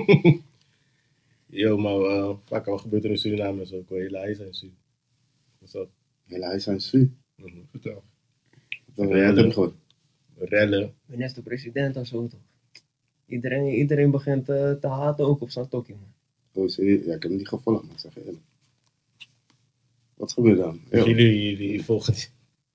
Yo, maar uh, vaak wat gebeurt er in Suriname en zo? Ik wil hele hij zijn Su. What's up? Hele hij zijn su. Mhm. Vertel. Dat Ja, heb dat- ik gehoord. Rellen. Minister-president of zo toch? Iedereen, iedereen begint uh, te haten ook op zijn tokkie, man. Oh, serieus? Ja, ik heb hem niet gevolgd, maar ik zeg je eerlijk. Wat gebeurt dan? Ja. Jullie, jullie volgen die.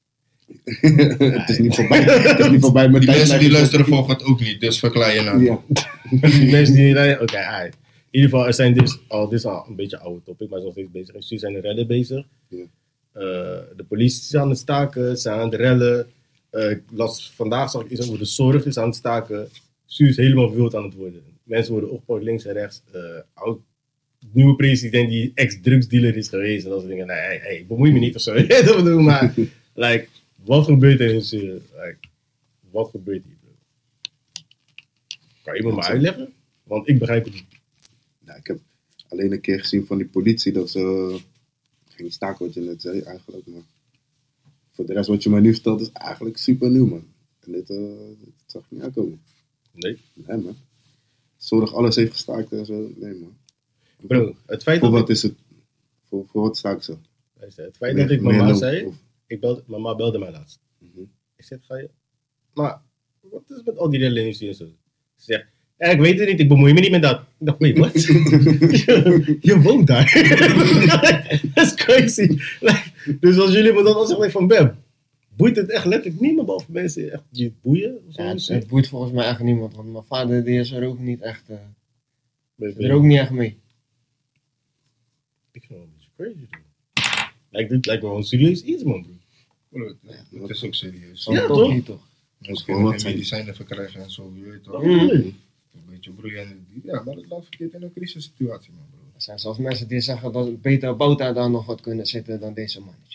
Het is niet voorbij. Het is niet voorbij met Die mensen die tijdlijn. luisteren volgen het ook niet, dus verklaar je nou. Ja. Die mensen die niet rijden. Oké, alright. In ieder geval, er zijn dus al, dit is al een beetje een oude topic, maar ze zijn nog steeds bezig. In Su zijn de rellen bezig. Ja. Uh, de politie is aan het staken, ze zijn aan het rellen. Uh, ik las, vandaag zag ik iets over de zorg is aan het staken. Su is helemaal wild aan het worden. Mensen worden opgepakt links en rechts. Uh, oud, nieuwe president die ex-drugsdealer is geweest en dat soort dingen. Nee, hey, hey, bemoei me niet of zo. Dat bedoel ik, maar like, wat gebeurt er in Su? Like, wat gebeurt hier, bro? Kan je me maar uitleggen? Want ik begrijp het niet. Nou, ik heb alleen een keer gezien van die politie dat ze. Ik ging niet staken wat je net zei eigenlijk, maar. Voor de rest wat je mij nu vertelt is eigenlijk super nieuw, man. En dit, uh, dit zag ik niet aankomen. Nee. Nee, man. Zorg alles heeft gestaakt en zo. Nee, man. Bro, het feit Voor dat wat ik, is het? Voor, voor wat sta ik zo? luister, het feit dat ik Meer- mama meer zei, loop- of- ik belde, mama belde mij laatst. Mhm. Ik zeg, ga je? Maar, wat is met al die rellen in Su en zo? Ze zegt, ja, ik weet het niet, ik bemoei me niet met dat. Ik dacht, wait, wat? je, je woont daar. That's crazy. Like, dus als jullie me dat al zeggen van Bem, boeit het echt letterlijk niemand behalve mensen echt die het boeien? Of zo, Ja, het, misschien? het boeit volgens mij echt niemand, want mijn vader die is er ook niet echt, uh, Ben- is er ook niet echt mee. Ik vind het wel een beetje crazy. Bro. Lijkt dit lijkt me wel een serieus iets, man, bro. Broer, het- Het is ook serieus. Zo'n Ja, tokkie toch? Mensen Voor kunnen wat geen zijn- medicijnen verkrijgen en zo, je weet toch. Mm. Een beetje broeien. Ja, maar dat laat verkeerd in een crisissituatie, man, bro. Er zijn zelfs mensen die zeggen dat Peter Bouta daar nog wat kunnen zitten dan deze mannetje.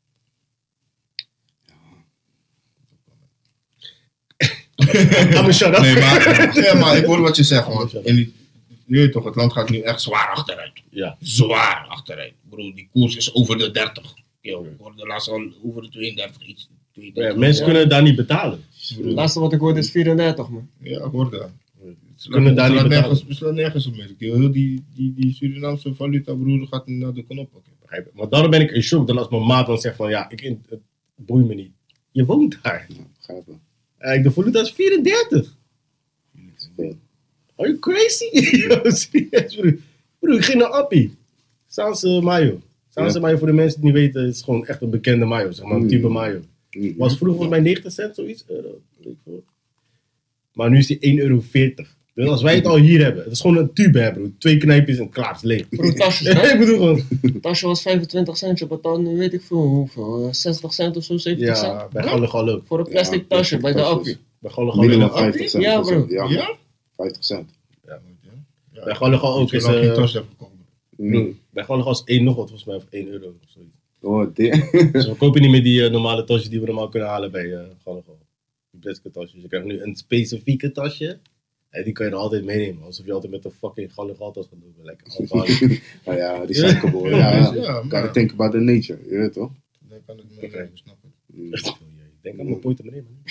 I'm a shut up. Nee, maar, ja, maar ik hoor wat je zegt, man. In die, je weet toch, het land gaat nu echt zwaar achteruit. Ja. Zwaar achteruit. Bro, die koers is over de dertig. Yo, ik hoorde laatst al over de tweeëndertig iets. tweeëndertig. Ja, mensen Ja. kunnen het daar niet betalen. Het laatste wat ik hoorde is vierendertig, man. Ja, ik hoorde dat. Ze kunnen daar niet slaat betalen. nergens, slaat nergens op mee. Heel die, die, die Surinaamse valuta, broer, gaat nu naar de knop. Oké. Begrijp je? Maar daarom ben ik in shock dan als mijn maat dan zegt van ja, ik, het boeit me niet. Je woont daar. Ja, begrijp je. Uh, de valuta is vierendertig. Veel. Are you crazy? Yo, serieus, broer. Broer, ik ging naar Appie. Saanse mayo. Saanse Ja. mayo, voor de mensen die het niet weten, is gewoon echt een bekende mayo. Zeg maar, een Mm. type mayo. Mm. Was vroeger volgens mij negentig cent, zoiets. Euro, weet ik veel. Maar nu is die één euro veertig. Dus als wij het al hier hebben, het is gewoon een tube, hè, bro. Twee knijpjes en klaar, het is leeg. Bro, tasjes, ik hè? bedoel gewoon. Tasje was vijfentwintig cent, je betaalt nu weet ik veel hoeveel, uh, zestig cent of zo, zeventig Ja, cent. bij Galle Gal ook. Voor een plastic Ja, tasje bij de tasjes. appie. Bij Galle Gal Minimaal ook. vijftig cent. Ja, of zo. bro. Ja, Ja? vijftig cent. Ja. Bij Galle Gal ook is... Zolang je eh, tas hebt gekocht. Mm. Bij Galle Gal is één nog wat, volgens mij, of één euro of zoiets. Oh, die. Dus we kopen niet meer die eh, normale tasjes die we normaal kunnen halen bij uh, Galle Gal. Die plastic tasjes. Je krijgt nu een specifieke tasje. En die kan je er altijd meenemen. Alsof je altijd met een fucking Galle Gal tas gaat doen. Lekker afhalen. Nou ja, recyclable. Ja, ja. Ja, Gotta maar think about the nature, je weet toch? dan kan ik me snap het. Mm. Echt, oh jee. Denk aan mijn portemonnee, man.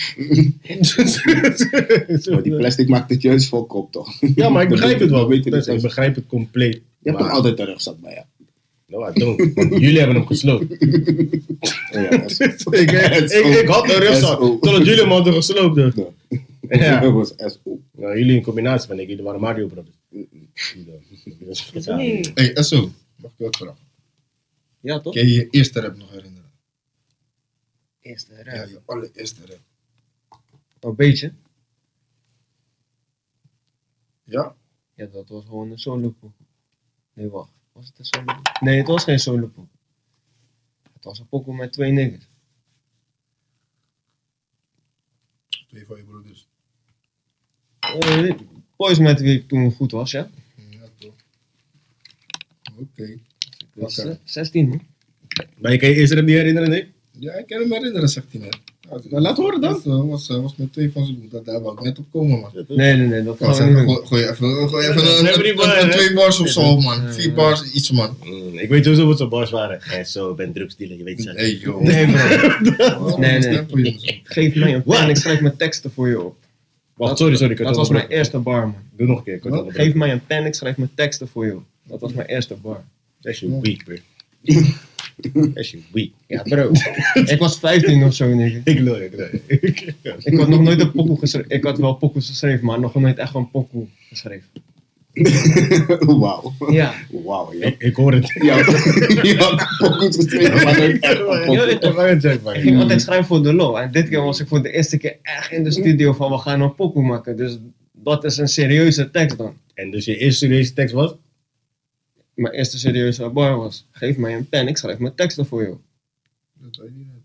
Maar die plastic maakt het juist vol kop, toch? Ja, maar ik begrijp het wel. Weet je, Dus ik begrijp het compleet. Je hebt toch Maar- altijd een rugzak bij je? No, I don't. Want jullie hebben hem gesloopt. Oh ja, dat is- ik, ik, ik, ik had een rugzak, S O. totdat jullie hem hadden gesloopt. Dus. Ja. Dat was S O. Nou, jullie in combinatie van ik, jullie waren Mario Brothers. Nee. Hey, S O, mag ik je wat vragen? Ja, toch? Kun je je eerste rap nog herinneren? Eerste Ja, rap. je allereerste rap. Een beetje. Ja? Ja, dat was gewoon een solopoe. Nee, wacht. Was het een solopoe? Nee, het was geen solopoe. Het was een pokoe met twee niggers. Twee van je broeders. Eh, boys met wie ik toen goed was, ja. Ja, toch. Oké. Ik was Oké. eh, zestien, man. Maar je kan je eerste rap niet herinneren, nee? Ja, ik kan me herinneren, zegt hij net. Ja, Nou, laat horen dan. Dat uh, was, uh, was met twee van zijn broeders. Daar wou ik net op komen, man. Nee, nee, nee, dat Ja, gaan we niet doen. gooi, gooi even, gooi even een, Never een, die een, bar, een hè? twee bars of zo, man. Ja. Vier bars, iets, man. Mm, ik weet sowieso wat zo'n bars waren. En zo, ik ben drugsdealer, je weet het zelf. Hey, joh. Nee, bro. Wat Nee, een nee. stempel, jongens. Geef mij een pen en ik schrijf mijn teksten voor je op. Wacht, sorry, sorry. ik had Dat was het mijn eerste bar, man. Doe nog een keer. ik had het Wat? onderbroken. Geef mij een pen, ik schrijf mijn teksten voor je op. Dat was mijn eerste bar. That's you weak, bro. That's you weak. Ja, bro. Ik was vijftien of zo, nigga. Ik lul je, ik lul je. Ik had nog nooit een pokoe geschreven. Ik had wel pokoes geschreven, maar nog nooit echt een pokoe geschreven. Wauw. Ja. Wauw, ja. Ik, ik hoor het. Ja, je had pokoes geschreven, maar nooit echt een Ja, pokoe. weet toch. Ik zeg maar. Ik ging altijd schrijven voor de lol. En dit keer was ik voor de eerste keer echt in de studio van we gaan een pokoe maken. Dus dat is een serieuze tekst dan. En dus je eerste serieuze tekst was? Mijn eerste serieuze bar was: geef mij een pen, ik schrijf mijn teksten voor je. Dat weet je niet.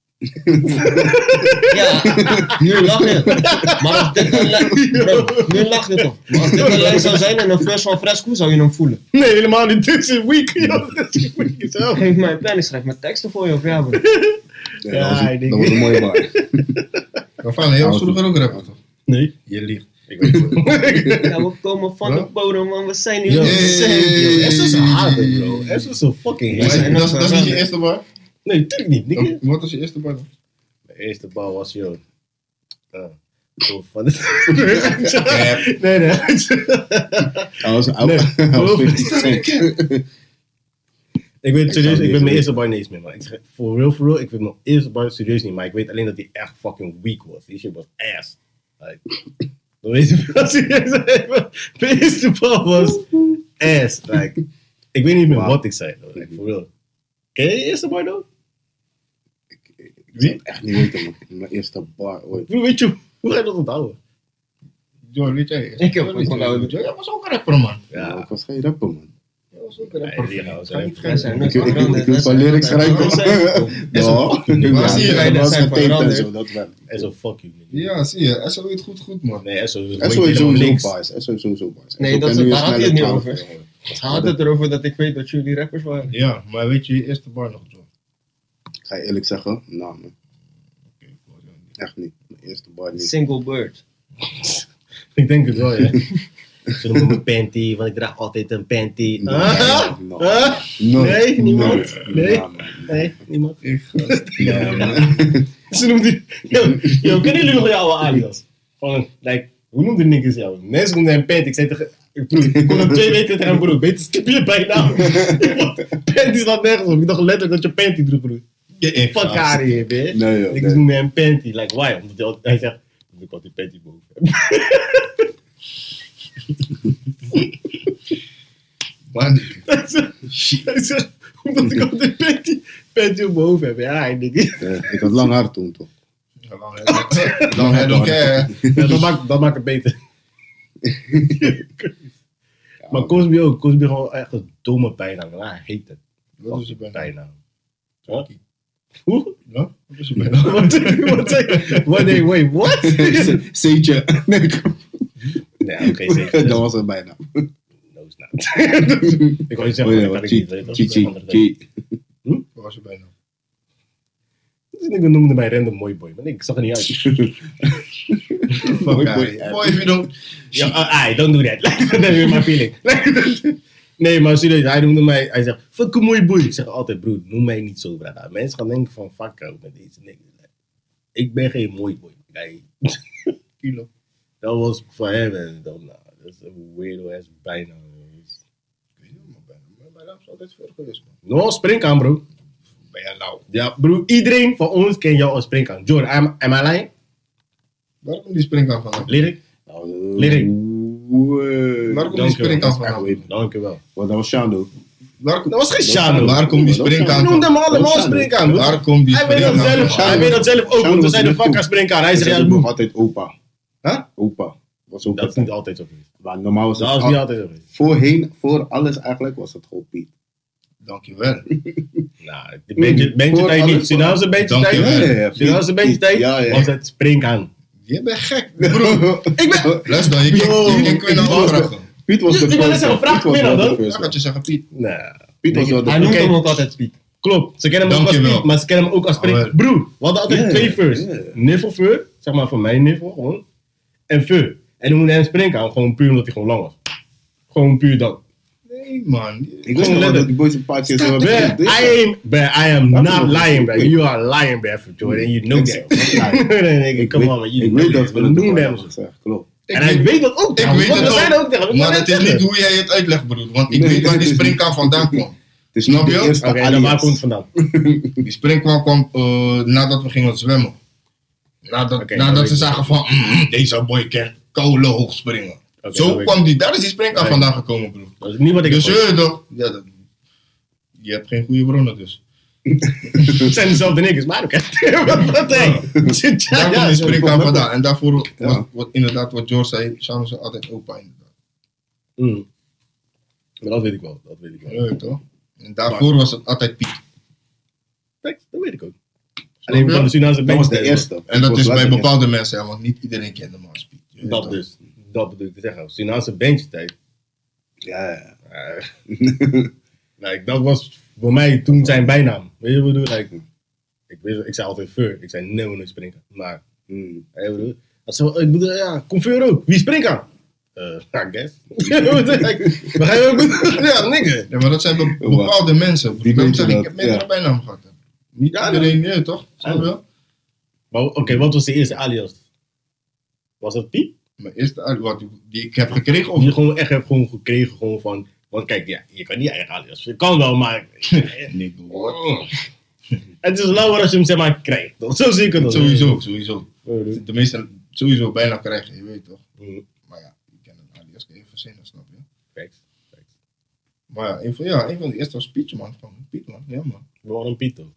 Ja, nu lach je. Maar als dit een lijn. Bro, nu lach je toch. Maar als dit een lijn zou zijn en een vers van Fresco, zou je hem voelen. Nee, helemaal niet. Dit is weak. joh. Dit is weak zelf. Geef mij een pen, ik schrijf mijn teksten voor je op. Ja, bro. Ja, Ja, dat was- ik denk- dat was een mooie bar. Maar Fane, jij was vroeger ook rapper, toch? Nee. Je liegt. Ik weet het. Ja, we komen van de Wat? bodem, man. We zijn Yo, hier. Hey. Eso is een hater, bro. Eso is een fucking Ja, hater. zijn Dat nog dat is niet je veranderd. eerste bar? Nee, tuurlijk niet. Nikke. Oh, Wat was je eerste bar dan? Mijn eerste bal was, joh. Ah, zo van Nee, nee. Hij was hij Nee. was- hij was vijftig cent. Ik weet Ik serieus, zou ik niet weet mijn weten. eerste bar niet eens meer, man. Ik zeg, for real, for real, ik weet mijn eerste bar serieus niet, maar ik weet alleen dat die echt fucking weak was. Die shit was ass. Like, dan weet je wel serieus. Mijn eerste bar was ass. Like, ik weet niet meer Wow. wat ik zei, though. Like, for real. Ken je je eerste bar, though? Ik zou het echt niet weten, man. Mijn eerste bar ooit. Hoe weet je, hoe ga je dat onthouden? Joh, weet jij? Ik heb het onthouden. Jij was ook een rapper, man. Ja, ik was geen rapper, man. Jij was ook een Nee, rapper. die gaan we Ga niet zijn. Wij zijn vergeten. net Ik- ik- ik- veranderd. ik wil van lyrics schrijven. Wij zijn- Ja, Maar zie je, ja, wij dat was zijn getaped en veranderd. zo, dat wel. En zo, fuck you. nigga. Ja, zie je. S O weet goed, goed, man. Nee, SO is En sowieso links. bars. En sowieso bars. Nee, Zo dat- kan nu daar een had hij het snelle niet twaalf over. worden. Hij had het erover dat ik weet dat jullie rappers waren. Ja, maar weet je je eerste bar nog, Joh? Ik ga je eerlijk zeggen, nou man, Oké, ik hoor jou niet. echt niet. Mijn eerste bar niet. Single bird. Ik denk het wel, ja. Ze noemen me panty, want ik draag altijd een panty. Nee, Ah? no. Ah? No. Nee, niemand? No. Nee? Ja, man. Nee, niemand. Ik gast. Ja, man. Ze noemt die... Yo, yo, kennen jullie nog jouw alias? Van, like, hoe noemde die niggas jou? Mensen noemden hem panty. Ik zei tegen... Ik, broer, ik kon hem twee weken tegen hem, broer. Beter skip je bijnaam. Panty staat nergens op. Ik dacht letterlijk dat je panty droeg, broer. Fuck out of here, bitch. Nee, joh, Niggas nee. noemden hem panty. Like, why? Omdat hij, al- hij zegt... Ik had die panty boven. Man, Hij zegt- hij zegt, omdat ik altijd panty, panty op mijn hoofd heb. Ja, hij nigga. Eh, Ik had lang haar toen toch. lang hair, long hair don't care. Ja, dat, maakt, dat maakt het beter. Maar Cosby ook. Cosby gewoon echt een domme bijnaam. Ah, hij heet het. Wat is je bijnaam? bijnaam? Wat? Chucky. Hoe? Ja? Wat is je bijnaam? Wat zeg je? Wat zeg je? Wat? Nee, wait, what? Seetje. Nee, Nee, oké, zeker. dat was een bijna. No, is not. Ik wou je zeggen, Oh maar ja, ik kan wat het Chi, niet weten. Dat Chi, is Chi, een andere ding. Chi. Wat was je bijnaam? Dus ik noemde mij random mooi boy. Maar nee, ik zag er niet uit. Fuck Mooi out. boy. Boy, if you don't... Ja, uh, ai, don't do that. That is my feeling. Nee, maar serieus, hij noemde mij, hij zegt, fuck een mooi boy. Ik zeg altijd, broer, noem mij niet zo, brada. Mensen gaan denken van, fuck out met deze niggas. ik ben geen mooi boy. Kijk, Kilo. dat was voor hem en dan, nou, dat is een weirdo ass bijna. Ik weet niet, maar bijna. Maar mijn naam is altijd ver geweest, man. No, springkaan, bro. Ben jij nou? Ja, bro, iedereen van ons kent jou als springkaan. Jordan, am, am I lying? Waar komt die springkaan vandaan? Lyric? Nou, Lyric. Wow. Waar komt die Dankjewel. springkaan Echt vandaan? weten. Dankjewel. Want dat was Shando. Waar komt, Dat was geen Shano. waar komt die springkaan We noemden vandaan? hem allemaal Shano. springkaan, bro. Waar komt die Hij weet dat springkaan zelf, vandaan? hij weet dat zelf ook, Shano want we was zijn de net fuck goed. als springkaan. Hij Ze zegt, ja, zeggen nog boe. altijd opa. Huh? Opa. Was ook Dat is niet altijd zo geweest. Maar normaal was het Dat was al- niet altijd zo geweest. voorheen, voor alles eigenlijk, was het gewoon Piet. Dankjewel. Nou, de bandje, bandje Voor tijd alles, niet. Surinaamse bandje Dankjewel. tijd. Surinaamse bandje tijd Ja, ja. was het springkaan. Je bent gek, bro. Ik ben... Luister dan, je kan je kan Quinn Piet al was de- vragen. Piet was de Ik wou net zeggen, vraag Piet was Quinn wel dan, de dan. first Dan one. gaat je zeggen, Piet. Nou, Piet was wel de Hij noemt Oké. hem ook altijd Piet. klopt. Ze kennen hem ook als Dankjewel. Piet, maar ze kennen hem ook als spring. Alweer. Broer, we hadden altijd Ja, twee furs. ja. Niffelfur, zeg maar voor mijn niffel gewoon. En fur. En dan moet hij hem springkaan, gewoon puur omdat hij gewoon lang was. Gewoon puur dat. Nee, man. Ik wist nog wel dat die boys een paar keer zo hebben Bruh, gezegd. I am, bruh, I am Dat not is wel lying, goed. bro. You are lying, bro, for Jordan. You know that. Nee, nee, Ik come weet- on, man. You Ik know weet dat that. we het doen ook hem. hebben gezegd, klopt. En hij weet dat ook. Ik trouwens, weet want het we zeiden ook. ook tegen hem. Maar we het is zeiden niet het hoe jij het uitlegt, broer. Want ik Nee, weet waar het die is springkaan vandaan kwam. Het is Snap niet de je? eerste Oké, en dan waar alias. komt het vandaan? Die springkaan kwam eh, nadat we gingen zwemmen. Nadat, Oké, nadat dat ze weet ik. zagen van, mm, deze boy kan koude hoog springen. Oké, dat Zo weet kwam die, daar is die springkaan Nee. vandaan gekomen, broer. Dat is niet wat ik Dus heb je toch? Ja, dat, je hebt geen goede bronnen dus. Het zijn dezelfde niggers, maar oké. Wat wat, hey? Daar kwam die springkaan vandaan. En daarvoor Ja. was wat, inderdaad wat George zei, Shano zei altijd opa inderdaad. Mm. Maar dat weet ik wel, dat weet ik wel. Ja, toch? En daarvoor was het altijd Piet. Kijk, dat weet ik ook. Alleen je? van de Surinaamse Dat was de bandjes, eerste. En dat was is bij letterlijk- bepaalde mensen, ja, want niet iedereen kent hem als Piet. Je weet Dat toch? dus. Dat bedoel ik te zeggen. Surinaamse bandje tijd. Ja, ja. Uh, like, dat was voor mij toen zijn bijnaam. Weet je wat ik bedoel? Like, ik, weet, ik zei altijd Fur. Ik zei never nooit springen. Maar, Hmm. weet je wat ik bedoel? Dat is wel- ik bedoel, ja, kom Fur ook. Wie springt aan? Uh, I guess. Like, wat ga je ook doen? Ja, nigga. Ja, maar dat zijn be- Oh, wow. bepaalde mensen. Die Ik weten zeg, dat, ik heb meerdere ja. bijnaam gehad. hè. Niet Ja, iedereen, nee, toch? Snap je? Maar Oké, wat was de eerste alias? Was dat Piet? Mijn eerste alias, wat die ik heb gekregen, Of of je gewoon echt hebt gewoon gekregen gewoon van... Want kijk, ja, je kan niet eigen alias. Je kan wel, maar... nee, hoor. Het is lauwer als je hem zeg maar krijgt. Zo zie ik het dan. Sowieso, sowieso. Mm. De meeste sowieso bijna krijgen, je weet toch? Mm. Maar ja, je kan een alias kan je verzinnen, snap je? Facts, facts. Maar ja, een van, ja, een van de eerste was Pietje, man. Gewoon Piet, man. Ja, man. We waren een Piet, hoor.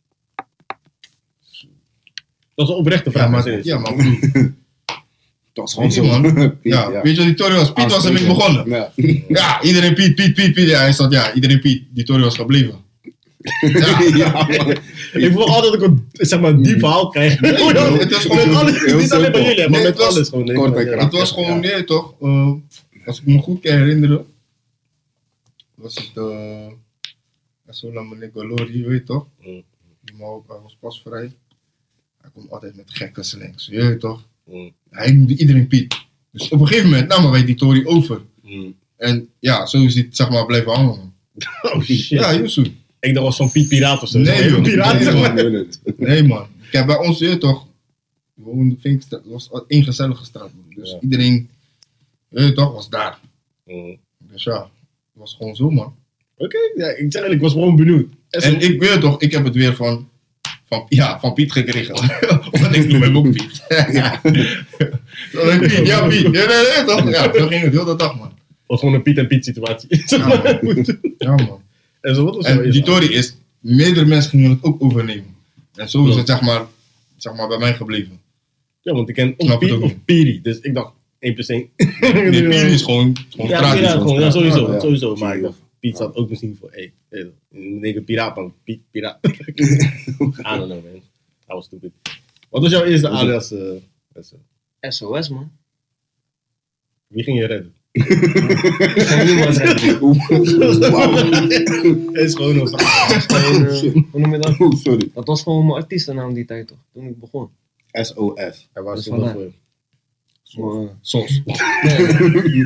Dat is een oprechte vraag. Ja, maar, serieus. ja, maar broer. Het was gewoon Weet je, zo. man. Piet, Ja, weet je wat die Tory was? Piet was ermee begonnen. Ja. Ja, iedereen Piet, Piet, Piet, Piet. Ja, hij zat, ja, iedereen Piet. Die Tory was gebleven. Ja, Ja, man. Ik voel altijd dat ik een zeg maar, diep verhaal krijg. Nee, bro, het was gewoon Met alles, heel niet alleen bij simpel. jullie, maar Nee, met het was alles gewoon. kort en Ja. krachtig. Het was gewoon, Ja. nee toch, uh, als ik me goed kan herinneren, was het, uh, zo lang meneer Galori, je weet toch? Mm. Die man hij was pas vrij. Hij komt altijd met gekke slangs, je weet toch? Mm. Hij noemde iedereen Piet. Dus op een gegeven moment namen wij die Tory over. Mm. En ja, zo is hij zeg maar blijven hangen, man. Oh shit. Ja, Yusuf. Ik dacht was zo'n Piet Piraat of zo. Nee, Zo'n joh. piraat. Nee, zeg maar. Nee, nee, nee. Nee, man. Kijk, bij ons, je weet toch, we woonden Vinkstraat, het was één gezellige straat, man. Dus Ja. iedereen, je weet toch, was daar. Mm. Dus ja, het was gewoon zo, man. Oké, ja, ik zeg ik was gewoon benieuwd. En ik weet toch, ik heb het weer van, van, ja, van Piet gekregen. Want ik noem hem ook Piet. Ja, Piet, ja, Piet. Ja, nee, nee, toch? Ja, zo ging het heel de dag, man. was gewoon een Piet en Piet situatie. Ja, man. Ja, man. En zo, wat was jouw En die eerste Tory is, meerdere mensen gingen het ook overnemen. En zo is het, zeg maar, zeg maar bij mij gebleven. Ja, want ik ken Snap of het Piet ook of niet. Piri. Dus ik dacht één plus één. Nee, Piet is gewoon, gewoon Ja, straat. piraat gewoon. Ja, sowieso. Ja. sowieso. Maar ik dacht, Piet staat ook misschien voor, hé, hey, in één keer piraat dan. Piet, piraat. I don't know, man. Dat was stupid. Wat was jouw eerste alias? Uh, beste? S O S, man. Wie ging je redden? Geen niemand redden. Wauw. Het is gewoon een vraag. Gewoon, eh, hoe noem je dat? Oeh, sorry. Dat was gewoon mijn artiestennaam die tijd toch? Toen ik begon. S O S. Hij was Dus toen nog vandaar. voor. Zo, eh, Sos. nee,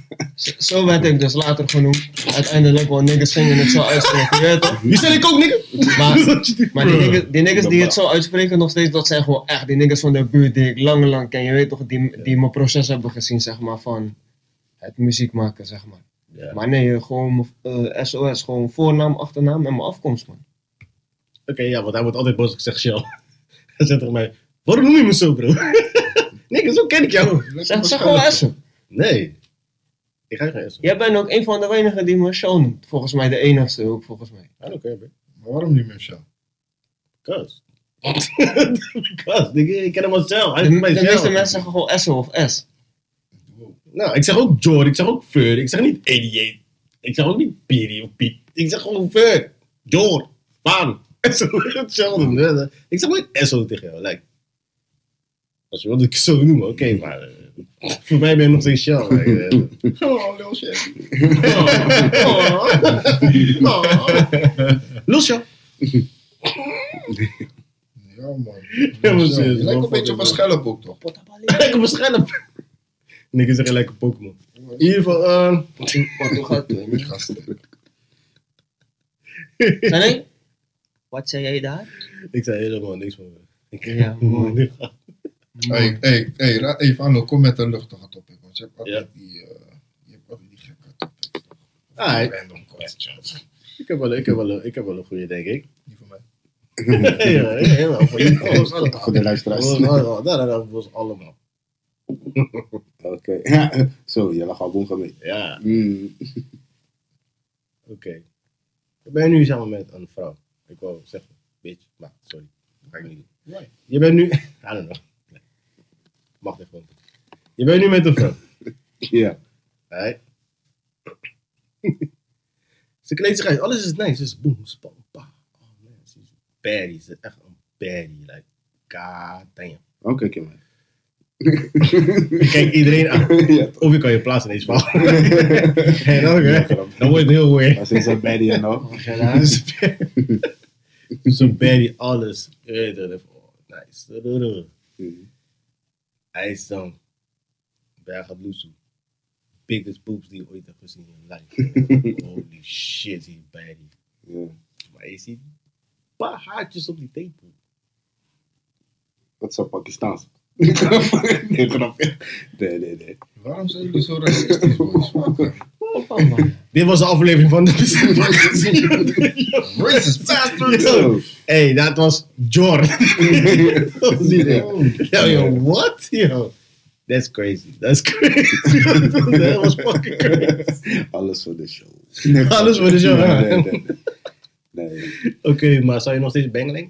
Zo- Zo werd ik dus later genoemd. Uiteindelijk, want niggas gingen het zo uitspreken, je weet toch? Die stel ik ook, nigga. Maar, maar die, niggas, die niggas die het zo uitspreken nog steeds, dat zijn gewoon echt die niggas van de buurt die ik lang lang ken. Je weet toch, die, die mijn proces hebben gezien, zeg maar, van het muziek maken, zeg maar. Ja. Maar nee, gewoon eh, S O S, gewoon voornaam, achternaam en mijn afkomst, man. Oké, ja, want hij wordt altijd boos als ik zeg Shell. Hij zegt tegen mij, waarom noem je me zo, bro? Nigga, zo ken ik jou. Zeg, zeg gewoon Essen. Nee. Ik ga je geen Essen. Jij bent ook een van de weinigen die me show noemt. Volgens mij de enigste ook, volgens mij. I don't care, bro. Maar waarom niet meer Shell? Because. Because, nigga, ik ken hem al zelf. Hij De, is bij de Shell. meeste mensen zeggen gewoon Essen of S. Nou, ik zeg ook Jor, ik zeg ook Fur, ik zeg niet eighty-eight. Ik zeg ook niet Piri of Piet. Ik zeg gewoon Fur, Jor, Pan. Esso, hetzelfde. Ik zeg nooit Esso tegen jou. Like, als je wilt dat ik zo noem, oké, okay, maar uh, voor mij ben je nog steeds Shell. Like, uh, Oh, Lil Shell. Lil Shell. Ja, man. Ja, maar Je serieus, lijkt man, een beetje op een schelp ook, toch? Lekker beschermd. Niks zeggen lekker Pokémon. In ieder geval, uh, Wat hoe gaat het? Gasten. Nee? Wat zei jij daar? ik zei helemaal niks van me. Ik, Ja, mooi. Hey, hey, hey, ra- hey, Vano, kom met een luchtige topic, want je hebt altijd die, uh, je hebt altijd die gekke topics. Ah, hey. Random questions. ik, heb wel, ik, heb wel, een- ik heb wel een goede, denk ik. Die voor mij. ja, ja, helemaal voor je. Voor ons allemaal. Voor de luisteraars. Voor ons allemaal. Nee, nee, nee, voor ons allemaal. Oké. Zo, je lag al bongen mee. Ja, Mm. oké. Okay. Ik ben nu samen met een vrouw. Ik wou zeggen, bitch, maar sorry. Dat ga ik niet doen. Why? Je bent nu... I don't know. Nee. Mag dit gewoon. Je bent nu met een vrouw. Ja. Right? Ze kleedt zich uit. Alles is nice. Ze is boem, spam, pa. Oh man, ze is baddie. Ze is echt een baddie. Like, god damn. Oké, kijk maar. Kijk iedereen aan. Ja, toch. Of je kan je plaatsen in deze verhaal. En dan, hè, dan wordt het heel weird. Maar ze is een baddie en nog. Zo'n baddie, alles. Je weet het, even, oh, nice. Mm. Hij is dan Bergat Lusu. Biggest boobs die je ooit hebt gezien in je life. Holy shit, die baddie. Ja. Maar je ziet een paar haartjes op die tepel. Dat is zo Pakistaans. Nee, grapje. Nee, nee, nee. Waarom zijn jullie zo racistisch, boys? Oh, man. Dit was de aflevering van de Racist bastard! Yo. Hey, dat was Jor. Dat was die Oh, Yo, yo, what? Yo. That's crazy. That's crazy. Dat was fucking crazy. Alles voor de show. Alles voor de show, Nee, hè? nee, nee. nee. nee. Oké, maar zou je nog steeds bangeling?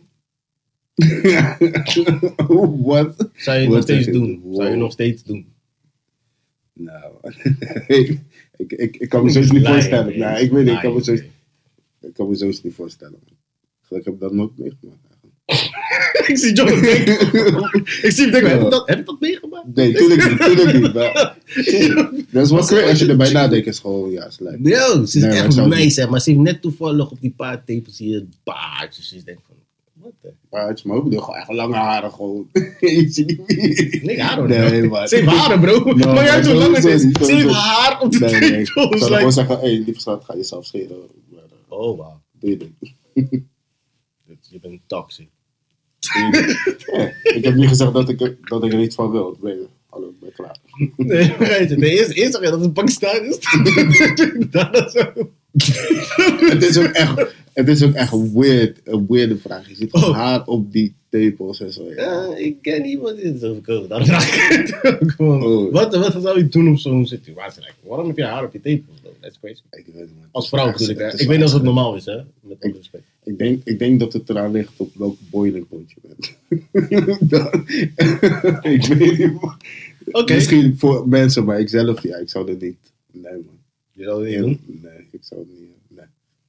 Wat? Zou je het Wat nog steeds zeg je? doen? Zou je Wow. nog steeds doen? Nou, ik, ik, ik, ik kan me zoiets niet Lie, voorstellen. man. Nee, ik weet niet, ik kan me Lie, zoiets, man. ik kan me zoiets niet voorstellen. Gelukkig heb ik dat nooit meegemaakt. Ik zie John Ik zie hem denken, heb ik dat, heb ik dat meegemaakt? Nee, tuurlijk niet, tuurlijk niet. Maar, dat is wel crazy. Als je erbij nadenkt, is gewoon, ja, is lijp. Yo, ze is Nee, maar ik echt zou het nice, hè, maar ze heeft net toevallig op die paar tepels hier het baardje. Dus je denkt van, wat de? Maar het is maar ook bedoel, gewoon echt lange haren gewoon. Je ziet niet wie. Nee, haren, Nee, bro. maar- Ze heeft haren, bro. No, maar jij hebt maar hoe lang het sowieso is. niet, Ze heeft sowieso. haar op de Nee, nee. Ik tepels. zou like- gewoon zeggen, hé, hey, lieve schat, ga jezelf scheren. Maar, eh, Oh, wow. doe je ding. Je bent toxic. Ja, ik heb niet gezegd dat ik, er- dat ik er iets van wil. Nee, hallo, ik ben klaar. Nee, weet je. Nee, eerst, eerst zeg je dat het Pakistan is. Dat is zo. het, is ook echt, het is ook echt weird, een weirde vraag. Je ziet gewoon Oh. haar op die tepels en zo. Ja. Ja, ik ken niemand die het is overkomen. Daarom vraag ik het ook gewoon. Oh. Wat, wat zou je doen op zo'n situatie? Like, waarom heb je haar op je tepels? bro? That's crazy. Ik weet het niet. Als vrouw Het is natuurlijk. echt- hè. het is Ik weet niet of het echt- normaal is, hè? Met alle respect. Ik denk, ik denk dat het eraan ligt op welk boiling point je bent. Dat- ik weet niet. man. Oké. Misschien voor mensen, maar ik zelf, ja, ik zou dat niet. Nee, man. Je zou het niet doen? Nee, ik zou het niet. Nee.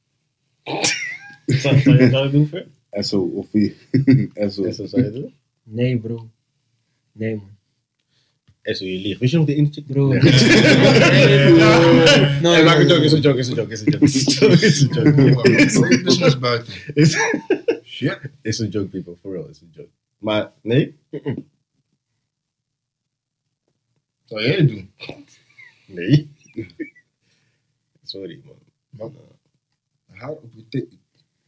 Zou, zou je zou je het doen, Fer? En zo, of wie? En zo. En zo zou je het doen? Nee, bro. Nee, man. En zo je liegt. Wist je nog de ene chick? Bro. Nee. Nee, bro. Nee, maak een joke, is een joke, is een joke, is een joke. Is een joke, is een joke. Gooi je business buiten. Is- Shit. Is een joke, people. For real, is een joke. Maar, nee? Zou jij het doen? Nee. Sorry, man. Man, haar op je tepel.